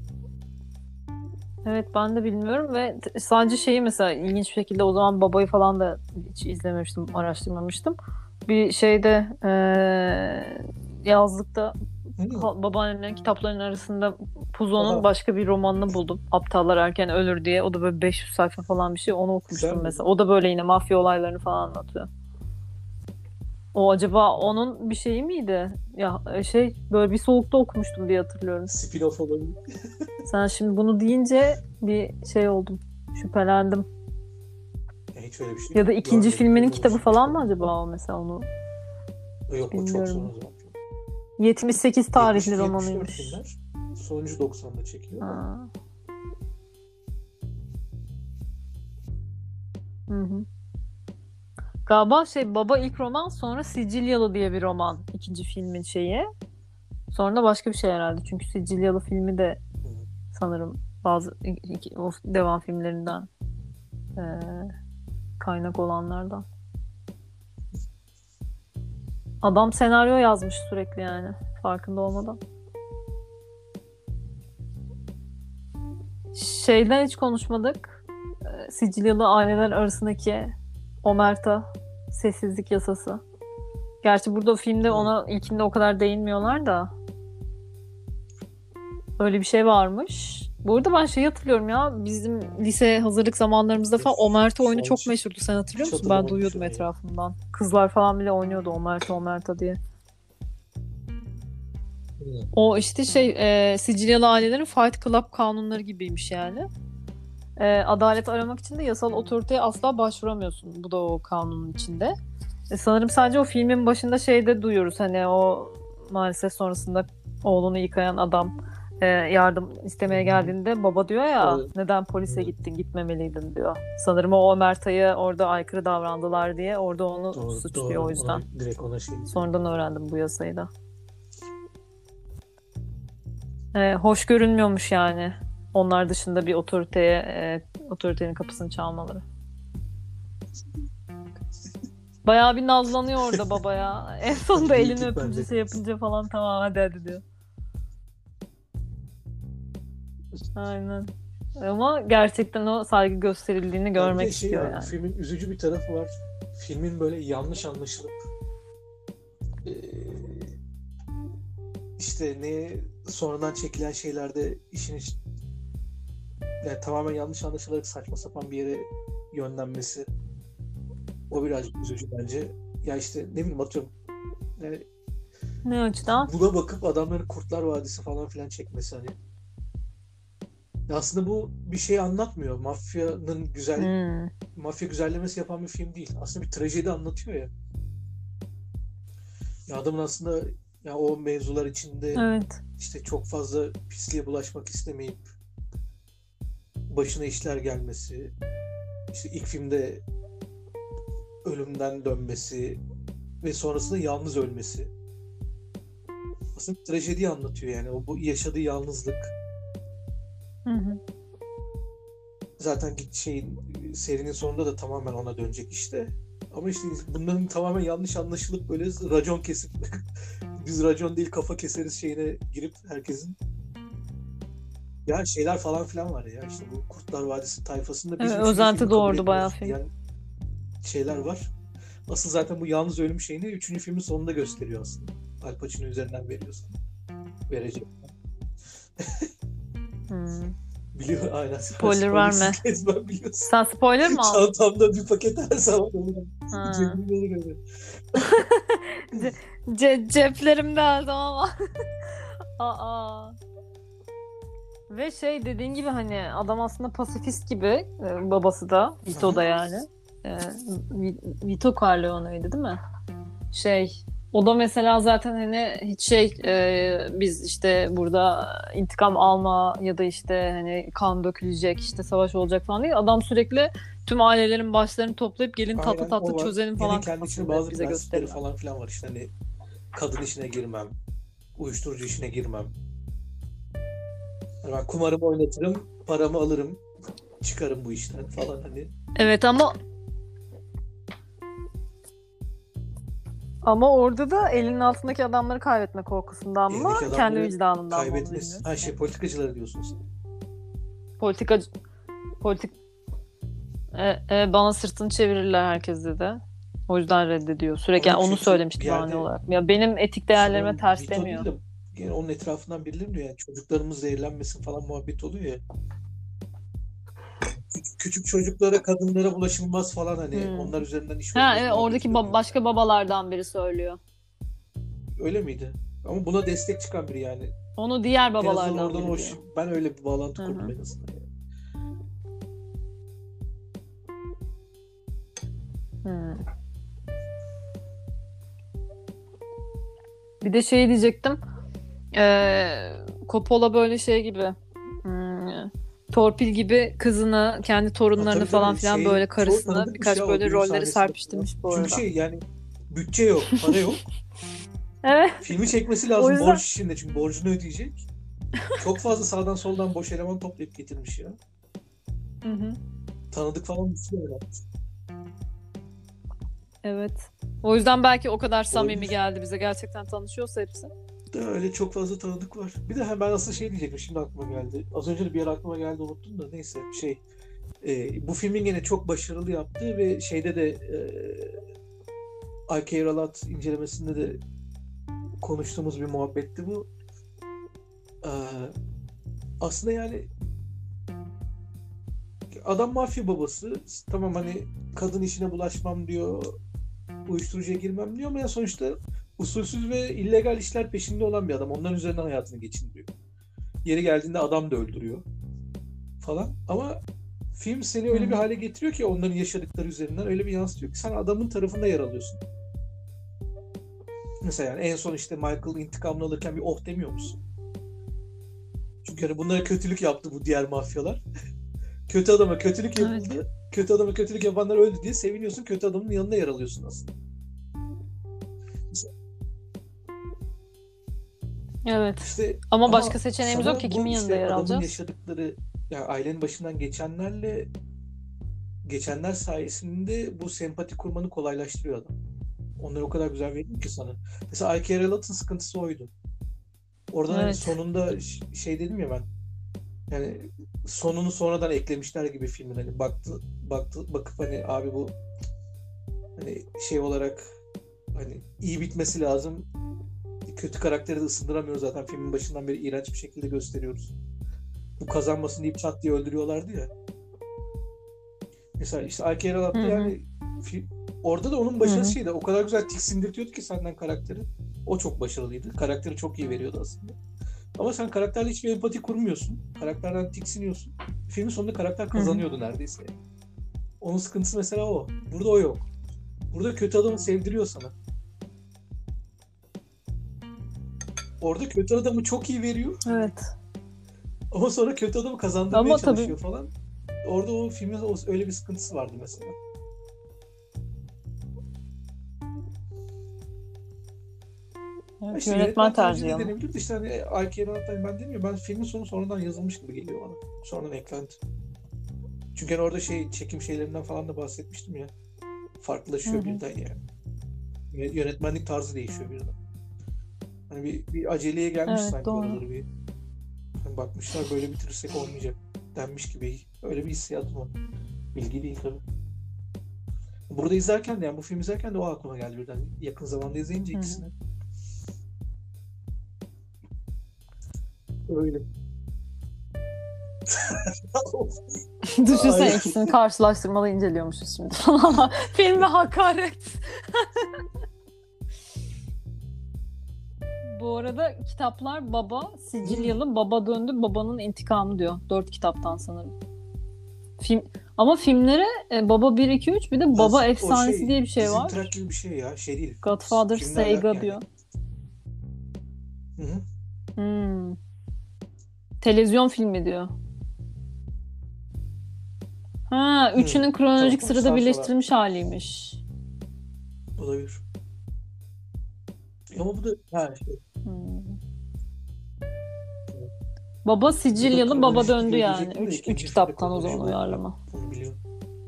S1: evet ben de bilmiyorum ve t- sadece şeyi mesela ilginç bir şekilde o zaman Baba'yı falan da hiç izlememiştim, araştırmamıştım. Bir şeyde eee yazlıkta
S2: Hmm.
S1: ha- babaannemlerin kitaplarının arasında Puzo'nun
S2: Aha,
S1: başka bir romanını buldum. Aptallar Erken Ölür diye. O da böyle beş yüz sayfa falan bir şey. Onu
S2: güzel
S1: okumuştum
S2: miydi?
S1: mesela. O da böyle yine mafya olaylarını falan anlatıyor. O acaba onun bir şeyi miydi? Ya e, şey böyle bir soğukta okumuştum diye hatırlıyorum.
S2: Spin-off olabilir.
S1: Sen şimdi bunu deyince bir şey oldum. Şüphelendim.
S2: Ya hiç öyle bir şey
S1: Ya da ikinci
S2: görmedim,
S1: filminin kitabı
S2: duymamışım.
S1: falan mı acaba o mesela onu
S2: Yok o çok sonra
S1: bilmiyorum.
S2: zaten.
S1: yetmiş sekiz tarihli
S2: yetmiş yetmiş dört
S1: romanıymış.
S2: filmler. Sonuncu doksanda çekiliyor da.
S1: Ha. Hı hı. Galiba şey Baba ilk roman sonra Sicilyalı diye bir roman ikinci filmin şeyi. Sonra da başka bir şey herhalde. Çünkü Sicilyalı filmi de
S2: Hı.
S1: sanırım bazı iki, o devam filmlerinden eee, kaynak olanlardan. Adam senaryo yazmış sürekli yani farkında olmadan. Şeyden hiç konuşmadık. Ee, Sicilyalı aileler arasındaki omerta sessizlik yasası. Gerçi burada filmde
S2: Hı.
S1: ona ilkinde o kadar değinmiyorlar da öyle bir şey varmış. Bu arada ben şey hatırlıyorum ya bizim lise hazırlık zamanlarımızda falan omerta
S2: Şu
S1: oyunu
S2: an
S1: çok
S2: hiç,
S1: meşhurdu. Sen hatırlıyor
S2: hiç
S1: musun? Ben
S2: hatırlamadım
S1: duyuyordum
S2: şu an ya.
S1: etrafımdan. Kızlar falan bile oynuyordu omerta omerta diye.
S2: Hı.
S1: O işte şey e, Sicilyalı ailelerin Fight Club kanunları gibiymiş yani. E, adalet aramak için de yasal otoriteye asla başvuramıyorsun. Bu da o kanunun içinde. E, sanırım sadece o filmin başında şeyde duyuyoruz. Hani o maalesef sonrasında oğlunu yıkayan adam e, yardım istemeye geldiğinde baba diyor ya
S2: Evet.
S1: neden polise
S2: Evet.
S1: gittin gitmemeliydin diyor. Sanırım o Omerta'ya orada aykırı davrandılar diye orada onu
S2: Doğru,
S1: suçluyor o
S2: doğru.
S1: yüzden.
S2: Ona, direkt ona şey diyor.
S1: Sonradan öğrendim bu yasayı da. E, hoş görünmüyormuş yani. Onlar dışında bir otoriteye e, otoritenin kapısını çalmaları. Bayağı bir nazlanıyor orada babaya. En sonunda
S2: Hadi
S1: elini
S2: git ben
S1: öpünce
S2: de.
S1: şey yapınca falan tamam hadi hadi diyor. Aynen. Ama gerçekten o saygı gösterildiğini
S2: Ya bir
S1: görmek
S2: de şey
S1: istiyor
S2: var,
S1: yani.
S2: filmin üzücü bir tarafı var. Filmin böyle yanlış anlaşılıp e, işte ne sonradan çekilen şeylerde işin iç- yani tamamen yanlış anlaşılarak saçma sapan bir yere yönlenmesi. O birazcık üzücü bence. Ya işte ne bileyim atıyorum. Yani
S1: Ne açıdan?
S2: buna bakıp adamların Kurtlar Vadisi falan filan çekmesi hani. Ya aslında bu bir şey anlatmıyor. Mafyanın güzel
S1: Hmm,
S2: mafya güzellemesi yapan bir film değil. Aslında bir trajedi anlatıyor ya. Ya adamın aslında ya o mevzular içinde
S1: evet.
S2: işte çok fazla pisliğe bulaşmak istemeyip başına işler gelmesi, işte ilk filmde ölümden dönmesi ve sonrasında yalnız ölmesi. Aslında bir trajediyi anlatıyor yani. O bu yaşadığı yalnızlık.
S1: Hı hı.
S2: Zaten git şeyin serinin sonunda da tamamen ona dönecek işte. Ama işte bunların tamamen yanlış anlaşılıp böyle racon kesip biz racon değil kafa keseriz şeyine girip herkesin ya şeyler falan filan var ya işte bu Kurtlar Vadisi tayfasında biz
S1: Evet,
S2: üçüncü
S1: özenti
S2: filmi kabul
S1: doğurdu bayağı
S2: etmiyoruz
S1: film.
S2: diyen şeyler var. Asıl zaten bu yalnız ölüm şeyini üçüncü filmin sonunda gösteriyor aslında. Al Pacino üzerinden veriyorsan. Verecek.
S1: Hmm.
S2: Biliyor aynen.
S1: Spoiler verme.
S2: Spoilersız gezmem biliyorsun.
S1: Sen spoiler mı aldın?
S2: Çantamda bir paket her zaman olur.
S1: Ha.
S2: Cebimde olur öyle.
S1: Ce- ce- ceplerimde aldım ama. Aa. Ve şey dediğin gibi hani adam aslında pasifist gibi e, babası da Vito da yani. E, Vi- Vito Corleone'ydi değil mi? Şey o da mesela zaten hani hiç şey e, biz işte burada intikam alma ya da işte hani kan dökülecek işte savaş olacak falan değil. Adam sürekli tüm ailelerin başlarını toplayıp gelin tatlı
S2: Aynen
S1: tatlı
S2: o var.
S1: çözelim
S2: Gene
S1: falan
S2: kendi içinde
S1: kafasında
S2: bazı
S1: bize
S2: prensipleri
S1: gösteriyor.
S2: falan filan var. İşte hani kadın işine girmem. Uyuşturucu işine girmem. Yani ben kumarımı oynatırım. Paramı alırım. Çıkarım bu işten falan hani.
S1: Evet ama ama orada da elinin altındaki adamları kaybetme korkusundan mı?
S2: Elindeki
S1: Kendi
S2: adamları
S1: vicdanından mı onu
S2: kaybetmesi.
S1: bilmiyoruz
S2: Ha
S1: ki.
S2: şey politikacıları diyorsun sen.
S1: Politika politik e, e, bana sırtını çevirirler herkes dedi. O yüzden reddediyor. Sürekli
S2: Ama
S1: yani
S2: yok
S1: onu
S2: şey mesela bir
S1: söylemişti bahane
S2: yerde
S1: olarak. Ya benim etik değerlerime
S2: sanırım
S1: ters
S2: Vito değil
S1: demiyor.
S2: de gene onun etrafından birileri diyor yani çocuklarımız zehirlenmesin falan muhabbet oluyor ya. Küçük, küçük çocuklara, kadınlara bulaşılmaz falan hani
S1: Hmm.
S2: onlar üzerinden iş
S1: Ha
S2: olmaz
S1: evet,
S2: muhabbeti
S1: oradaki ba-
S2: dönüyor.
S1: başka babalardan biri söylüyor.
S2: Öyle miydi? Ama buna destek çıkan biri yani.
S1: Onu diğer
S2: En azından
S1: babalardan
S2: oradan
S1: biri
S2: o
S1: diyor.
S2: ben öyle bir bağlantı
S1: Hı
S2: kurdum
S1: hı.
S2: en azından. Yani.
S1: Hmm. Bir de şey diyecektim. Ee, Coppola böyle şey gibi hmm, torpil gibi kızını, kendi
S2: Ha,
S1: torunlarını
S2: tabii
S1: falan
S2: tabii
S1: filan
S2: şey
S1: böyle
S2: çok
S1: karısını
S2: tanıdıkmış ya
S1: birkaç
S2: o
S1: böyle
S2: düğün
S1: rolleri
S2: sahnesinde falan.
S1: serpiştirmiş bu
S2: Çünkü
S1: arada.
S2: şey yani bütçe yok, para yok.
S1: Evet.
S2: Filmi çekmesi
S1: O
S2: lazım
S1: yüzden
S2: borç içinde çünkü borcunu ödeyecek. Çok fazla sağdan soldan boş eleman toplayıp getirmiş ya.
S1: hı hı.
S2: Tanıdık falan bir şey var.
S1: Evet. O yüzden belki o kadar samimi
S2: Olabilir.
S1: geldi bize. Gerçekten tanışıyorsa hepsi.
S2: Da öyle çok fazla tanıdık var. Bir de ha, ben aslında şey diyecektim şimdi aklıma geldi. Az önce de bir yer aklıma geldi unuttum da neyse şey. E, bu filmin gene çok başarılı yaptığı ve şeyde de e, I Care A Lot incelemesinde de konuştuğumuz bir muhabbetti bu. E, aslında yani adam mafya babası. Tamam hani kadın işine bulaşmam diyor. Uyuşturucuya girmem diyor ama ya sonuçta usulsüz ve illegal işler peşinde olan bir adam. Onların üzerinden hayatını geçindiriyor. Yeri geldiğinde adam da öldürüyor falan. Ama film seni
S1: Hı
S2: öyle bir
S1: hı.
S2: hale getiriyor ki onların yaşadıkları üzerinden öyle bir yansıtıyor ki sen adamın tarafında yer alıyorsun. Mesela yani en son işte Michael intikamını alırken bir oh demiyor musun? Çünkü hani bunlara kötülük yaptı bu diğer mafyalar. Kötü adama kötülük yapıldı.
S1: Evet.
S2: Kötü adama kötülük yapanlar öldü diye seviniyorsun. Kötü adamın yanında yer alıyorsun aslında.
S1: Evet.
S2: İşte
S1: Ama
S2: ama
S1: başka seçeneğimiz
S2: sana
S1: yok ki
S2: bu
S1: kimin yanında
S2: işte
S1: yer
S2: adamın
S1: alacağız?
S2: yaşadıkları, yani ailenin başından geçenlerle geçenler sayesinde bu sempati kurmanı kolaylaştırıyor adam. Onları o kadar güzel veriyor ki sana. Mesela I Care A Lot'ın sıkıntısı oydu. Oradan hani
S1: Evet.
S2: sonunda ş- şey dedim ya ben. Yani sonunu sonradan eklemişler gibi filmin, hani baktı baktı bakıp hani abi bu hani şey olarak hani iyi bitmesi lazım. Kötü karakteri de ısındıramıyoruz zaten, filmin başından beri iğrenç bir şekilde gösteriyoruz. Bu kazanmasın deyip çat diye öldürüyorlardı ya. Mesela işte I Care A
S1: Hı
S2: Lot'ta
S1: hı.
S2: yani fi- orada da onun
S1: Hı
S2: başarısı
S1: hı.
S2: şeydi. O kadar güzel tiksindirtiyordu ki senden karakteri. O çok başarılıydı. Karakteri çok iyi veriyordu aslında. Ama sen karakterle hiçbir empati kurmuyorsun. Karakterden tiksiniyorsun. Filmin sonunda karakter
S1: Hı hı.
S2: kazanıyordu neredeyse. Onun sıkıntısı mesela o. Burada o yok. Burada kötü adamı sevdiriyor sana. Orada kötü adamı çok iyi veriyor.
S1: Evet.
S2: Ama sonra kötü adamı kazandırmaya
S1: Ama tabii
S2: çalışıyor falan. Orada o filmin o- öyle bir sıkıntısı vardı mesela. Ha
S1: evet,
S2: İşte
S1: yönetmen
S2: yönetmen tercihi
S1: tercihi
S2: de
S1: ama.
S2: denebilir de işte hani I Care A Lot'tan ben demiyorum. Ben filmin sonu sonradan yazılmış gibi geliyor bana. Sonradan eklenti. Çünkü hani orada şey çekim şeylerinden falan da bahsetmiştim ya.
S1: Hı
S2: Farklılaşıyor
S1: hı.
S2: birden yani. Yö- Yönetmenlik tarzı değişiyor birden. Hani bir, bir aceleye gelmiş
S1: Evet,
S2: sanki
S1: doğru.
S2: oraları bir. Hani bakmışlar böyle bitirirsek olmayacak denmiş gibi. Öyle bir hissiyatım var. Bilgi değil tabii. Burada izlerken de, yani bu film izlerken de o aklıma geldi birden. Yakın zamanda izleyince
S1: Hı hı.
S2: ikisini. Öyle. Aynen.
S1: Düşünsene ikisini karşılaştırmalı inceliyormuşuz şimdi falan. Filme hakaret. Bu arada kitaplar Baba, Sicilyalı, Baba Döndü, Babanın İntikamı diyor. Dört kitaptan sanırım. Film ama filmlere e, Baba bir iki üç, bir de Baba
S2: O
S1: Efsanesi
S2: şey
S1: diye bir şey
S2: dizintrak
S1: var.
S2: gibi bir şey ya. Şey değil.
S1: Godfather
S2: Filmle alak
S1: Sega
S2: yani.
S1: diyor.
S2: Hı hı.
S1: Hmm. Televizyon filmi diyor. Ha,
S2: Hı.
S1: üçünün
S2: Tamam
S1: kronolojik
S2: tamam,
S1: sırada
S2: sağa sola
S1: birleştirilmiş haliymiş.
S2: olabilir. Ama bu da ha şey.
S1: Hmm. Baba
S2: Bu da
S1: Sicilyalı, Baba
S2: kronolojik
S1: Döndü
S2: gidiyor
S1: yani.
S2: diyecektim de
S1: Üç, üç
S2: ikinci filmde
S1: kitaptan o zaman
S2: kronolojik olmuyor.
S1: uyarlama.
S2: Onu biliyorum.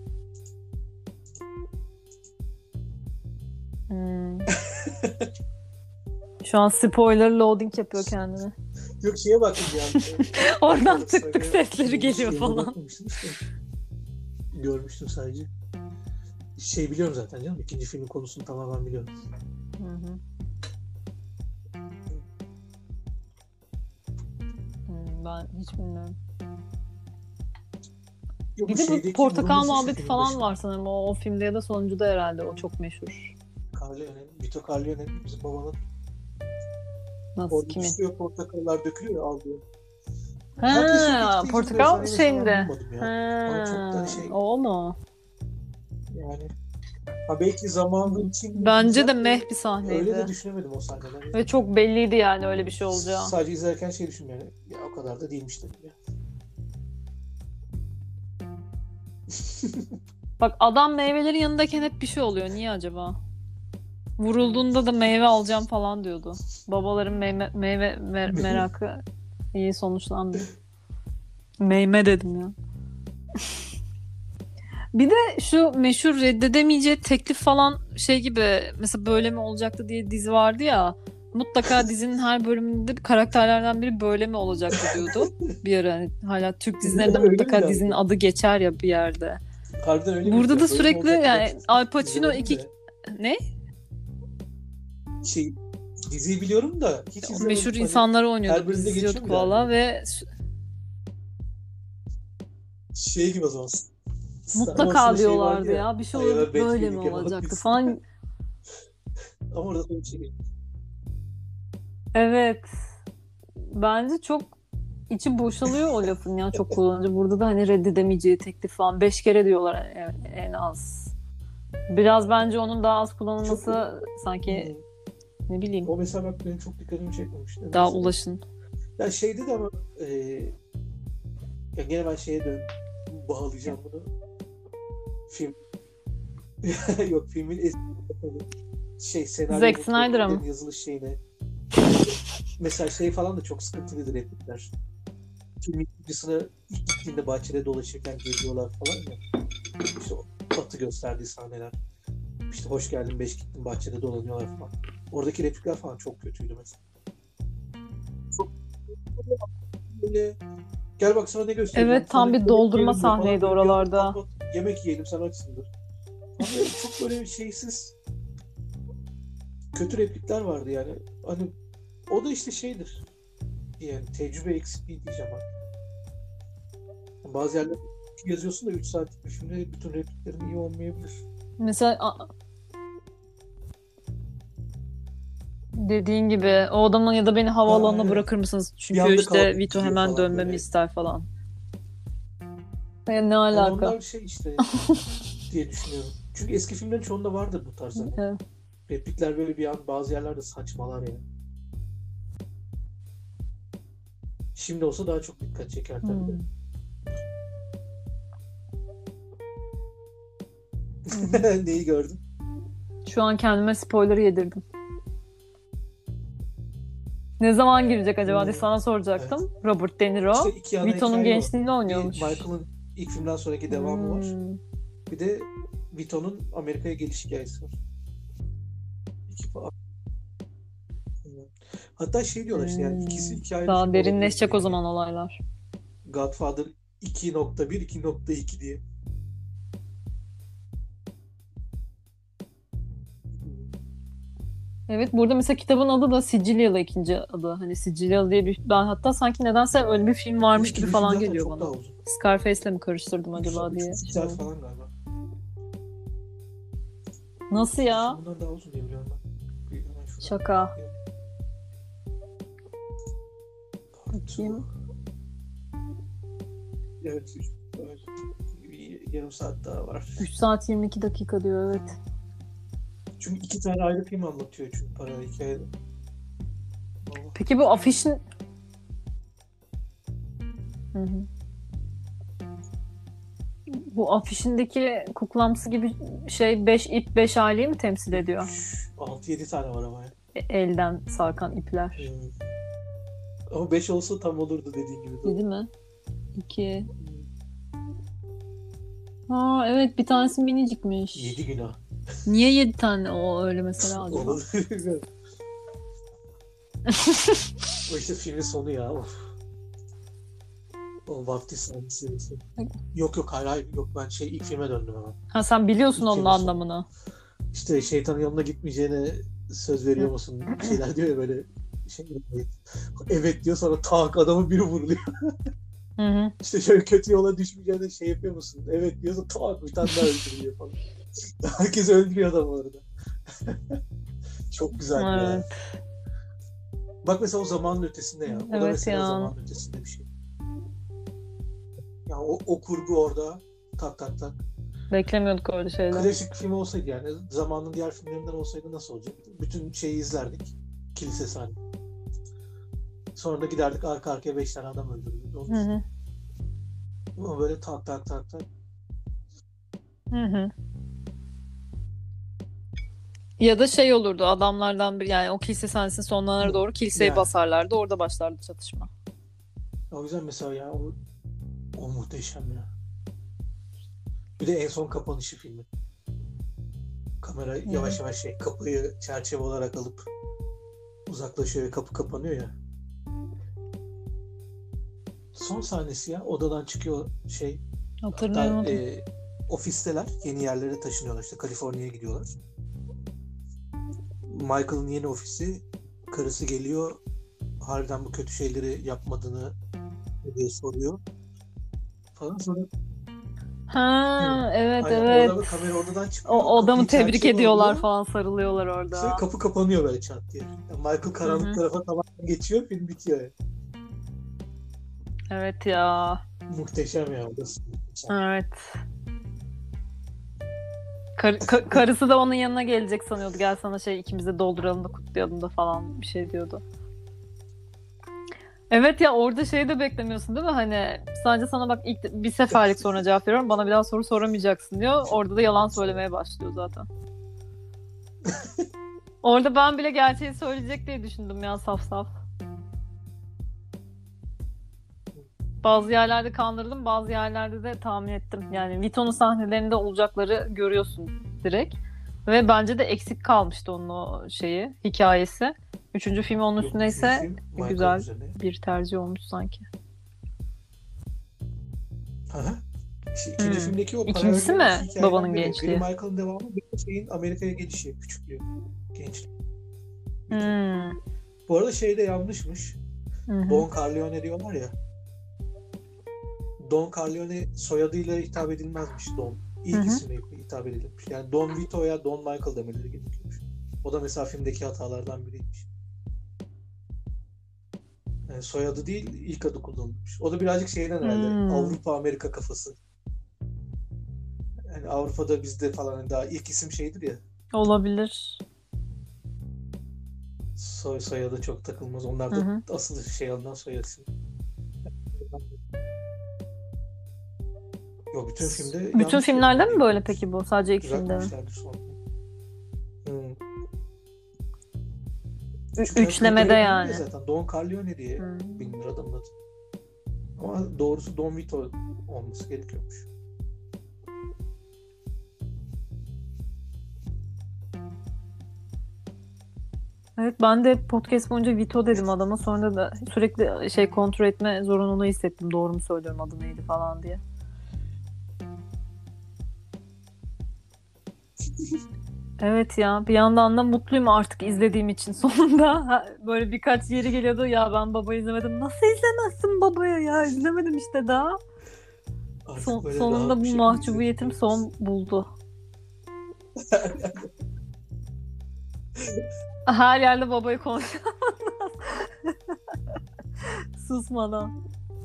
S1: Hmm. Şu an spoiler loading yapıyor kendine.
S2: Yok, şeye baktım bir an.
S1: Oradan
S2: Arnold
S1: tık tık
S2: Schwarzenegger
S1: sesleri
S2: neymiş
S1: geliyor
S2: şeyine
S1: falan.
S2: bakmamıştım işte. Görmüştüm sadece. Şey biliyorum zaten canım. İkinci filmin konusunu tamamen biliyorum.
S1: Hı hı. Hmm, ben hiç bilmiyorum.
S2: Yok, bu
S1: Bir de bu
S2: şeydeki
S1: portakal
S2: vurulması işte
S1: muhabbeti
S2: filmin
S1: falan var
S2: başında.
S1: sanırım. O, o filmde ya da sonuncuda herhalde. O çok meşhur.
S2: Corleone, Vito Corleone bizim babanın.
S1: Nasıl?
S2: Orada
S1: Kimin?
S2: düşüyor, portakallar dökülüyor ya, alıyor. Herkes çok
S1: Ha,
S2: etkileyince bu
S1: portakal
S2: efsaneyi mesela ben
S1: şeyinde.
S2: bulmadım ya. Bana çok da
S1: Ha,
S2: hani şey
S1: o mu?
S2: yani, ha belki zamanı
S1: Hmm.
S2: için
S1: Bence de
S2: diyeceğim de
S1: meh bir
S2: öyle de
S1: sahneydi.
S2: düşünemedim o sahneleri.
S1: Ve çok belliydi yani öyle bir şey olacağı.
S2: Sadece izlerken şey düşündüm yani. Ya o kadar da değilmiş dedim ya.
S1: Bak adam meyvelerin yanındayken hep bir şey oluyor. Niye acaba? Vurulduğunda da meyve alacağım falan diyordu. Babaların meyve, meyve mer- merakı iyi sonuçlandı. Meyme dedim ya. Bir de şu meşhur reddedemeyeceği teklif falan şey gibi, mesela böyle mi olacaktı diye dizi vardı ya. Mutlaka dizinin her bölümünde bir karakterlerden biri böyle mi olacaktı diyordu. Bir ara hani hala Türk dizilerinde
S2: Öyle miydi
S1: mutlaka dizinin
S2: harbiden?
S1: adı geçer ya bir yerde.
S2: Harbiden öyle miydi
S1: Burada da
S2: ya? Böyle mi
S1: sürekli
S2: olacaktı ben
S1: yani Al Pacino
S2: izlemedim
S1: iki
S2: de.
S1: ne?
S2: Şey, diziyi biliyorum da hiç
S1: O meşhur
S2: izlemedim. Hani
S1: insanları oynuyordu.
S2: her
S1: Biz
S2: bölümde geçiyor
S1: izliyorduk
S2: mu derdi?
S1: valla ve
S2: Şey gibi o zaman. Star Wars'ta
S1: mutlaka
S2: şey vardı
S1: diyorlardı
S2: ya.
S1: ya. Bir şey
S2: I have
S1: olurdu
S2: a bad
S1: böyle mi
S2: feeling about
S1: olacaktı
S2: this.
S1: falan.
S2: Ama orada da bir şey.
S1: Evet. Bence çok içi boşalıyor o lafın ya, çok kullanıcı. Burada da hani reddedemeyeceği teklif falan. Beş kere diyorlar en, en az. Biraz bence onun daha az
S2: Çok
S1: kullanılması sanki,
S2: hmm.
S1: ne bileyim,
S2: O mesela bak benim çok dikkatimi çekmemişti.
S1: daha
S2: Mesela.
S1: ulaşın.
S2: Ya şeyde de ama e, ya gene ben şeye dön bağlayacağım bunu. Film yok filmin eski şey senaryo
S1: Zack Snyder'a mı?
S2: yazılış şeyine. Mesela şey falan da çok sıkıntılıdır replikler. Filmin ikincisine ilk gittiğinde bahçede dolaşırken geziyorlar falan ya. İşte o Batı gösterdiği sahneler. İşte hoş geldin beş gittin bahçede dolanıyorlar falan. Oradaki replikler falan çok kötüydü mesela. Çok böyle gel bak sana ne göstereceğim.
S1: Evet, tam
S2: Sana
S1: bir doldurma
S2: yemek yiyelim
S1: sahneydi
S2: falan.
S1: oralarda.
S2: Pat pat yemek yiyelim sen açsındır. Ama çok böyle şeysiz kötü replikler vardı yani. Hani o da işte şeydir. Yani tecrübe eksikliği diyeceğim artık. Bazı yerlerde yazıyorsun da üç saatlik bir filmde bütün repliklerin iyi olmayabilir.
S1: Mesela a- dediğin gibi o adamın ya da beni havaalanına
S2: Ha,
S1: bırakır mısınız?
S2: bir
S1: Çünkü
S2: anda
S1: işte
S2: kalkıp
S1: Vito
S2: gidiyor
S1: hemen
S2: falan
S1: dönmemi
S2: böyle.
S1: ister falan. Ya ne
S2: Hani
S1: alaka?
S2: onlar şey işte diye düşünüyorum. Çünkü eski filmlerin çoğunda vardır bu tarz hani.
S1: Evet.
S2: Replikler böyle bir an bazı yerlerde saçmalar yani. Şimdi olsa daha çok dikkat çeker tabii de.
S1: Hmm.
S2: Neyi gördün?
S1: Şu an kendime spoiler yedirdim. Ne zaman girecek acaba diye
S2: Hmm,
S1: sana
S2: evet.
S1: soracaktım. Robert De Niro,
S2: İşte iki ana
S1: Vito'nun
S2: hikaye o.
S1: gençliğini
S2: Bir
S1: oynuyormuş.
S2: Michael'ın ilk filmden sonraki devamı var.
S1: Hmm.
S2: Bir de Vito'nun Amerika'ya geliş hikayesi var. İki falan. Hatta şey diyorlar işte yani ikisi
S1: Hmm.
S2: iki ayrı
S1: Daha
S2: film olabilir
S1: derinleşecek
S2: diye.
S1: o
S2: Yani
S1: zaman olaylar.
S2: Godfather iki nokta bir, iki nokta iki diye.
S1: Evet, burada mesela kitabın adı da Sicilyalı, ikinci adı. Hani Sicilyalı diye bir... Ben hatta sanki nedense öyle bir film varmış gibi
S2: İkinci film
S1: falan
S2: zaten
S1: geliyor
S2: çok daha
S1: bana.
S2: uzun.
S1: Scarface'le mi karıştırdım
S2: Üç,
S1: acaba
S2: üç
S1: diye
S2: buçuk
S1: şey
S2: saat
S1: oldu.
S2: falan galiba.
S1: Nasıl
S2: İkinci film
S1: ya?
S2: bundan daha uzun diye biliyorum ben. Bir hemen şuradan
S1: Şaka.
S2: bakayım.
S1: Bakayım.
S2: Evet, üç, evet. Bir yarım saat daha var.
S1: üç saat yirmi iki dakika diyor, evet.
S2: Çünkü iki tane ayrı film anlatıyor çünkü paralel hikayede. Allah.
S1: Peki bu afişin... Hı hı. Bu afişindeki kuklamsı gibi şey beş ip beş aileyi mi temsil ediyor?
S2: altı yedi tane var ama ya.
S1: E- elden sarkan ipler.
S2: Hmm. Ama beş olsa tam olurdu dediğin gibi.
S1: yedi mi? iki. Ha evet, bir tanesi minicikmiş.
S2: yedi günah.
S1: Niye yedi tane o öyle mesela acaba?
S2: Olabilir. O işte filmin sonu ya. Of. O vaftiz sahnesi. Yok yok hayır hayır yok ben şey ilk filme döndüm ama.
S1: Ha, sen biliyorsun
S2: İlk
S1: onun
S2: filmin sonu.
S1: anlamını.
S2: İşte şeytanın yanına gitmeyeceğine söz veriyor musun? Bir şeyler diyor ya böyle şey. Evet diyor sonra tak adamı biri vuruluyor.
S1: Hı hı.
S2: İşte şöyle kötü yola düşmeyeceğine şey yapıyor musun? Evet diyorsa tak bir tane daha öldürüyor falan. Herkes öldürüyor adamı orada. Çok güzel ya.
S1: Evet.
S2: Bak mesela o zamanın ötesinde ya. O da
S1: Evet
S2: mesela
S1: ya.
S2: zamanın ötesinde bir şey. Ya o, o kurgu orada tak tak tak.
S1: Beklemiyorduk öyle şeyler.
S2: Klasik film olsaydı yani zamanın diğer filmlerinden olsaydı nasıl olacaktı? Bütün şeyi izlerdik. Kilise sahne. Sonra da giderdik arka arkaya beş tane adam öldürürdük.
S1: Hı hı.
S2: Ama böyle tak tak tak tak.
S1: Hı hı. Ya da şey olurdu, adamlardan bir, yani o kilise sahnesinin sonlarına
S2: Hı.
S1: doğru kiliseye
S2: Yani.
S1: basarlardı. Orada başlardı çatışma.
S2: O yüzden mesela ya o, o muhteşem ya. Bir de en son kapanışı filmi. Kamera
S1: Hı hı.
S2: yavaş yavaş şey kapıyı çerçeve olarak alıp uzaklaşıyor ve kapı kapanıyor ya. Son sahnesi ya odadan çıkıyor şey. Hatta
S1: Hatırlayamadım.
S2: e, ofisteler yeni yerlere taşınıyorlar işte Kaliforniya'ya gidiyorlar. Michael'ın yeni ofisi karısı geliyor harbiden bu kötü şeyleri yapmadığını diye soruyor falan sonra
S1: Ha evet
S2: aynen
S1: evet.
S2: orada kamera odadan çıkıyor
S1: O, o adamı
S2: kapıyı
S1: tebrik
S2: çerçeve
S1: ediyorlar
S2: alıyor
S1: falan, sarılıyorlar
S2: işte
S1: orada.
S2: kapı kapanıyor böyle çat diye. Yani Michael
S1: Hı
S2: karanlık
S1: hı.
S2: tarafa tamamen geçiyor film bitiyor yani.
S1: Evet ya.
S2: Muhteşem ya orası.
S1: Evet. Kar- ka- karısı da onun yanına gelecek sanıyordu. Gel sana şey ikimiz de dolduralım da kutlayalım da falan bir şey diyordu. Evet ya, orada şey de beklemiyorsun değil mi? Hani sadece sana bak ilk bir seferlik sonra cevap veriyorum. Bana bir daha soru soramayacaksın diyor. Orada da yalan söylemeye başlıyor zaten. Orada ben bile gerçeği söyleyecek diye düşündüm ya, saf saf. Bazı yerlerde kandırdım, bazı yerlerde de tahmin ettim. Yani Vito'nun sahnelerinde olacakları görüyorsun direkt. Ve bence de eksik kalmıştı onun o şeyi, hikayesi. Üçüncü film onun
S2: Yok, üçüncü
S1: üstündeyse
S2: film Michael
S1: güzel
S2: üzerine.
S1: bir tercih olmuş sanki.
S2: Aha. İşte ikinci
S1: Hmm.
S2: filmdeki o
S1: İkincisi
S2: paralel
S1: mi
S2: iki hikayeden
S1: babanın
S2: biri. Biri
S1: gençliği?
S2: Michael'ın devamı, bir de şeyin Amerika'ya gelişi, küçüklüğü, gençliği.
S1: Hmm.
S2: Bu arada şey de yanlışmış.
S1: Hı hı.
S2: Don Corleone diyorlar ya. Don Corleone soyadıyla hitap edilmezmiş Don. İlk
S1: Hı hı.
S2: isimle hitap edilmiş. Yani Don Vito'ya Don Michael demeleri gerekiyormuş. O da mesela filmdeki hatalardan biriymiş. Yani soyadı değil, ilk adı kullanılmış. O da birazcık şeyden herhalde.
S1: Hmm.
S2: Avrupa Amerika kafası. Yani Avrupa'da bizde falan hani daha ilk isim şeydir ya.
S1: Olabilir.
S2: Soy soyadı çok takılmaz. Onlar
S1: Hı
S2: da
S1: hı.
S2: asıl şey alınan soyad ismi. Yok, bütün filmde
S1: Bütün
S2: yanlış
S1: filmlerde
S2: kelime
S1: mi böyle
S2: eklenmiş.
S1: peki bu? Sadece ilk filmde mi?
S2: Düzeltmemişlerdir sonra. Hmm.
S1: Ü-
S2: Çünkü
S1: üçlemede
S2: Vito'ya
S1: yani.
S2: biliniyor zaten. Don Corleone diye
S1: Hmm.
S2: bilinir adamın adı. Ama doğrusu Don Vito olması gerekiyormuş.
S1: Evet, ben de podcast boyunca Vito dedim adama, sonra da sürekli şey kontrol etme zorunluluğu hissettim. Doğru mu söylüyorum, adı neydi falan diye. Evet ya, bir yandan da mutluyum artık izlediğim için sonunda. Ha, böyle birkaç yeri geliyordu ya, ben Baba'yı izlemedim. Nasıl izlemezsin Baba'yı ya? İzlemedim işte daha.
S2: Artık
S1: Son,
S2: böyle
S1: sonunda
S2: rahat bir
S1: bu
S2: şekilde izledim
S1: mahcubiyetim
S2: diyoruz.
S1: son buldu. Her yerde Baba'yı konuşuyor. Susmadan.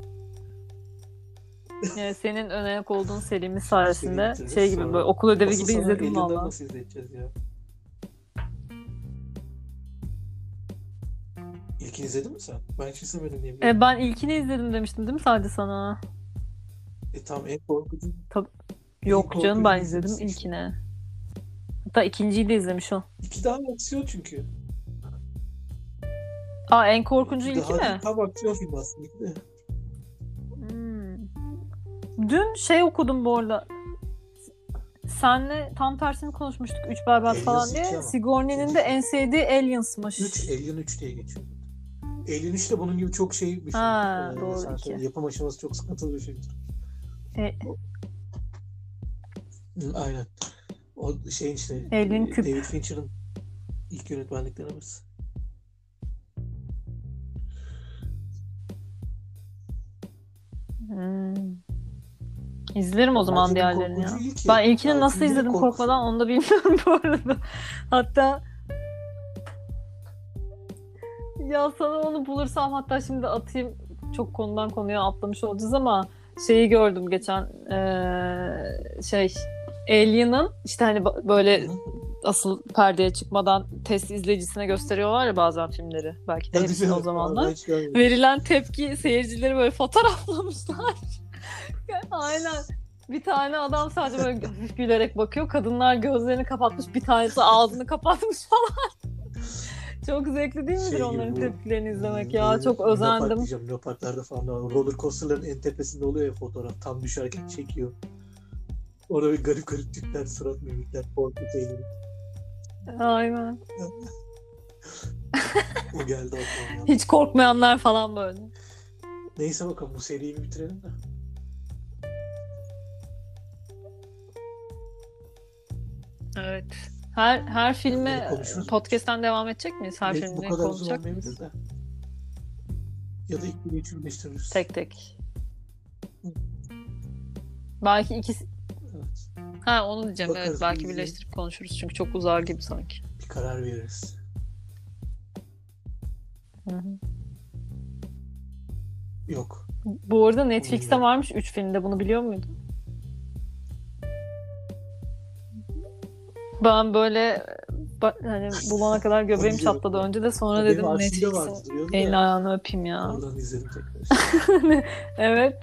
S1: Yani senin ön ayak olduğun serimiz
S2: Şimdi seriyi
S1: sayesinde
S2: bitiririz.
S1: şey gibi, böyle
S2: Sonra
S1: okul ödevi
S2: asıl
S1: gibi
S2: sana
S1: izledim
S2: Alien'ları
S1: valla.
S2: nasıl izleteceğiz ya? İlkini izledin mi sen? Ben hiç izlemedim diye biliyorum.
S1: E, ben ilkini izledim demiştim değil mi sadece sana?
S2: E tamam, en korkucu.
S1: Tabii.
S2: En
S1: Yok canım, ben
S2: korkucunu
S1: izledim
S2: izlemişsin işte.
S1: ilkini. Hatta ikinciyi de izlemiş o.
S2: İki daha aksiyon çünkü.
S1: Aa, en korkuncu
S2: İki
S1: ilki
S2: daha değil,
S1: mi?
S2: tam aksiyon filmi aslında. İki de.
S1: Hmm. Dün şey okudum bu arada. Senle tam tersini konuşmuştuk. Üç Berbat falan
S2: Aliens iki
S1: diye.
S2: ama.
S1: Sigourney'nin
S2: İkinci
S1: de
S2: film.
S1: en sevdiği Aliens'mış.
S2: üç, Alien üç diye geçiyor. Alien üç de bunun gibi çok şey bir film.
S1: Ha,
S2: Ee,
S1: doğru,
S2: sen
S1: iki.
S2: söyle, yapım aşaması çok sıkıntılı bir filmdir.
S1: E,
S2: Hı, aynen. O şeyin işte
S1: Alien
S2: e,
S1: Küp.
S2: David Fincher'ın ilk yönetmenliklerinden birisi.
S1: Hmm. İzlerim o
S2: Ya
S1: zaman
S2: bence en
S1: diğerlerini ya.
S2: korkuncu ilki.
S1: Ben ilkini
S2: Ya
S1: nasıl
S2: üçüncü de
S1: izledim
S2: korku
S1: korkmadan
S2: filmi.
S1: onu da bilmiyorum bu arada. Hatta ya sana onu bulursam hatta şimdi atayım. Çok konudan konuya atlamış olacağız ama şeyi gördüm geçen, eee, şey Alien'ın işte hani ba- böyle
S2: Hı hı.
S1: asıl perdeye çıkmadan test izleyicisine gösteriyorlar ya bazen filmleri. Belki de
S2: Hadi
S1: hepsini o
S2: canım. Aa, ben
S1: zamanlar.
S2: hiç görmedim.
S1: Verilen tepki, seyircileri böyle fotoğraflamışlar. Aynen. Bir tane adam sadece böyle hafif gülerek bakıyor. Kadınlar gözlerini kapatmış. Bir tanesi ağzını kapatmış falan. Çok zevkli değil midir
S2: Şey gibi
S1: onların
S2: bu
S1: tepkilerini izlemek
S2: hmm,
S1: ya?
S2: böyle
S1: Çok
S2: Luna Park
S1: özendim.
S2: diyeceğim. Luna Parklarda falan da var. Roller coaster'ların en tepesinde oluyor ya fotoğraf. Tam düşerken çekiyor. Orada bir garip garip tipler, surat mimikler, korku şeyleri.
S1: Aynen.
S2: O geldi aklıma.
S1: Hiç korkmayanlar falan böyle.
S2: Neyse bakalım, bu seriyi bir bitirelim de.
S1: Evet. Her her
S2: Bunu
S1: filme
S2: konuşuruz.
S1: podcast'ten devam edecek miyiz? Her
S2: Belki bu
S1: filmde
S2: kadar uzun
S1: konuşacak
S2: olmayabilir
S1: mıyız?
S2: de. Ya da ikili üçü birleştiririz.
S1: Tek tek. Belki ikisi...
S2: Evet.
S1: Ha, onu diyeceğim.
S2: Bakarız,
S1: Evet, belki
S2: izleyelim.
S1: birleştirip konuşuruz. Çünkü çok uzar gibi sanki.
S2: Bir karar veririz.
S1: Hı hı.
S2: Yok.
S1: Bu arada Netflix'te
S2: Bilmiyorum.
S1: varmış üç filmde. Bunu biliyor muydun? Ben böyle ba- hani bulana kadar göbeğim
S2: izledim
S1: çatladı.
S2: ben.
S1: Önce de sonra
S2: Ya benim
S1: dedim
S2: arşivde vardı
S1: Netflix'in
S2: duruyordu
S1: elini
S2: da
S1: ayağını öpeyim ya.
S2: oradan izledim tekrar.
S1: Evet.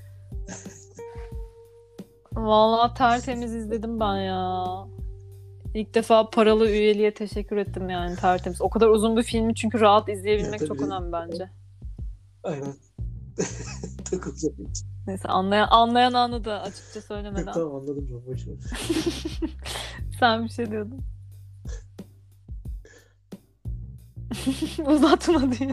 S1: Vallahi tertemiz izledim ben ya. İlk defa paralı üyeliğe teşekkür ettim yani tertemiz. O kadar uzun bir filmi çünkü rahat
S2: Ya
S1: izleyebilmek çok
S2: tabii
S1: önemli bence.
S2: aynen takılacak hiç.
S1: Neyse anlayan anlayan anladı açıkça söylemeden.
S2: Tamam anladım ben boşver.
S1: Sen bir şey diyordun. Uzatma diye.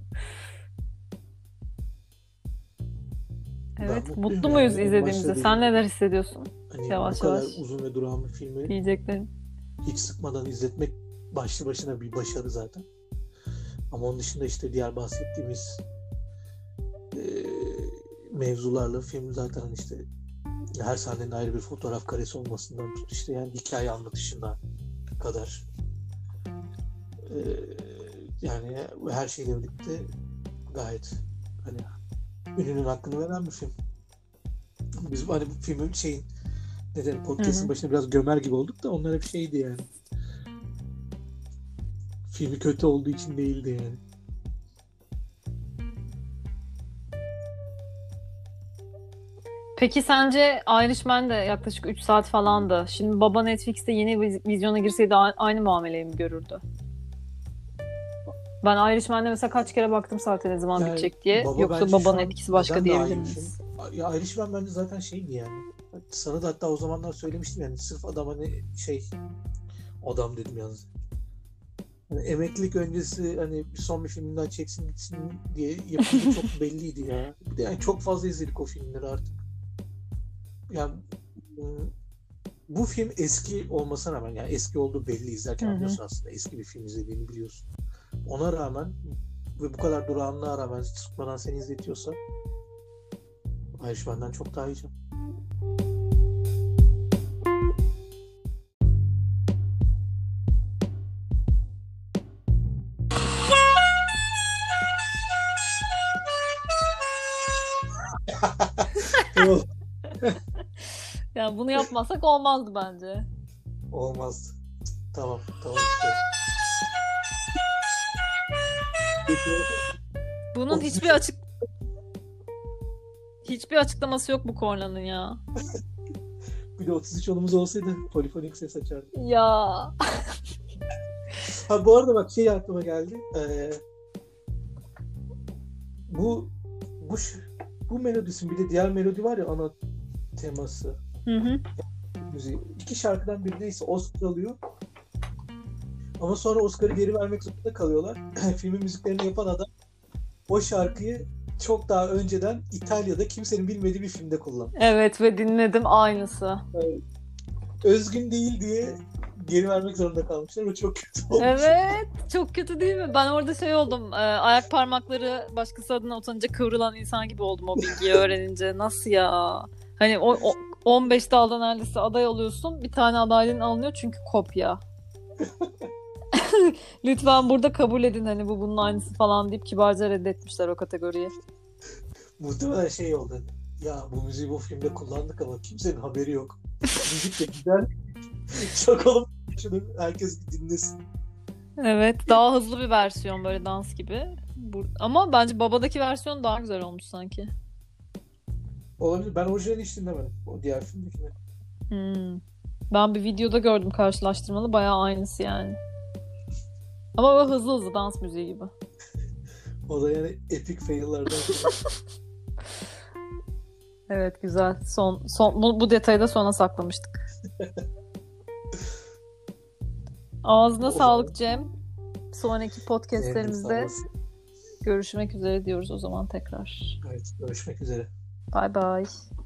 S2: Ben
S1: Evet,
S2: mutluyum
S1: mutlu
S2: yani.
S1: muyuz
S2: En
S1: izlediğimizde?
S2: başta
S1: Sen
S2: dediğim
S1: neler
S2: gibi
S1: hissediyorsun?
S2: hani
S1: Yavaş
S2: bu kadar
S1: yavaş
S2: uzun ve durağan bir filmi
S1: diyeceklerim.
S2: hiç sıkmadan izletmek başlı başına bir başarı zaten. Ama onun dışında işte diğer bahsettiğimiz e, mevzularla film zaten hani işte her sahnenin ayrı bir fotoğraf karesi olmasından tut işte yani hikaye anlatışına kadar e, yani her şeyle birlikte gayet hani ününün hakkını veren bir film. Biz hani bu filmin şeyin neden podcast'ın başına biraz gömer gibi olduk da onlar hep şeydi yani. Filmi kötü olduğu için değildi yani.
S1: Peki sence Irishman de yaklaşık üç saat falandı. Şimdi baba Netflix'te yeni viz- vizyona girseydi a- aynı muameleyi mi görürdü? Ben Irishman'de mesela kaç kere baktım saate ne zaman
S2: Yani
S1: bitecek diye.
S2: baba
S1: Yoksa
S2: bence
S1: babanın
S2: şu an
S1: etkisi başka
S2: neden daha
S1: diyebilir
S2: iyi bir film?
S1: miyiz?
S2: Ya Irishman bence zaten şeydi yani. Sana da hatta o zamanlar söylemiştim yani sırf adam hani şey adam dedim yalnız. Hani emeklilik öncesi hani son bir film daha çeksin gitsin diye yapıldığı çok belliydi ya. Bir de yani çok fazla izledik o filmleri artık. Yani ıı, bu film eski olmasına rağmen yani eski olduğu belli izlerken
S1: Hı hı.
S2: anlıyorsun aslında eski bir film izlediğini biliyorsun. Ona rağmen ve bu kadar durağanlığa rağmen sıkmadan seni izletiyorsa Irishman'dan çok daha iyi canım. Yok,
S1: Yani bunu yapmasak olmazdı bence.
S2: olmazdı. Tamam, tamam işte.
S1: Bunun
S2: otuz üç
S1: hiçbir açık hiçbir açıklaması yok bu kornanın ya.
S2: bir de otuz üç onumuz olsaydı polifonik ses açardı.
S1: Ya.
S2: Ha bu arada bak şey aklıma geldi. Ee, bu bu ş- bu melodisin bir de diğer melodi var ya ana teması
S1: Hı hı.
S2: müziği. İki şarkıdan biri neyse Oscar alıyor. Ama sonra Oscar'ı geri vermek zorunda kalıyorlar. Filmin müziklerini yapan adam o şarkıyı çok daha önceden İtalya'da kimsenin bilmediği bir filmde kullanmış.
S1: Evet ve dinledim aynısı.
S2: Yani özgün değil diye geri vermek zorunda kalmışlar. O çok kötü olmuş.
S1: Evet. Çok kötü değil mi? Ben orada şey oldum. e, ayak parmakları başkası adına utanınca kıvrılan insan gibi oldum o bilgiyi öğrenince. Nasıl ya? Hani o, o on beş dalda neredeyse aday oluyorsun. Bir tane adaylığın alınıyor çünkü kopya. Lütfen burada kabul edin hani bu bunun aynısı falan deyip kibarca reddetmişler o kategoriyi.
S2: Muhtemelen şey oldu. Ya bu müziği bu filmde kullandık ama kimsenin haberi yok. Müzik de güzel. Sokalım şunu herkes bir dinlesin.
S1: Evet, daha hızlı bir versiyon böyle dans gibi. Bu- Ama bence babadaki versiyon daha güzel olmuş sanki.
S2: Olabilir. Ben orijinali hiç dinlemedim. O diğer filmdekini.
S1: Hmm. Ben bir videoda gördüm karşılaştırmalı. Bayağı aynısı yani. Ama böyle hızlı hızlı dans müziği gibi.
S2: O da yani epic fail'lardan.
S1: Evet güzel. Son, son bu, bu detayı da sona saklamıştık. Ağzına
S2: O
S1: sağlık Cem. Sonraki
S2: Eline
S1: podcastlerimizde
S2: sağlık.
S1: görüşmek üzere diyoruz o zaman tekrar.
S2: Evet, görüşmek üzere.
S1: Bye bye.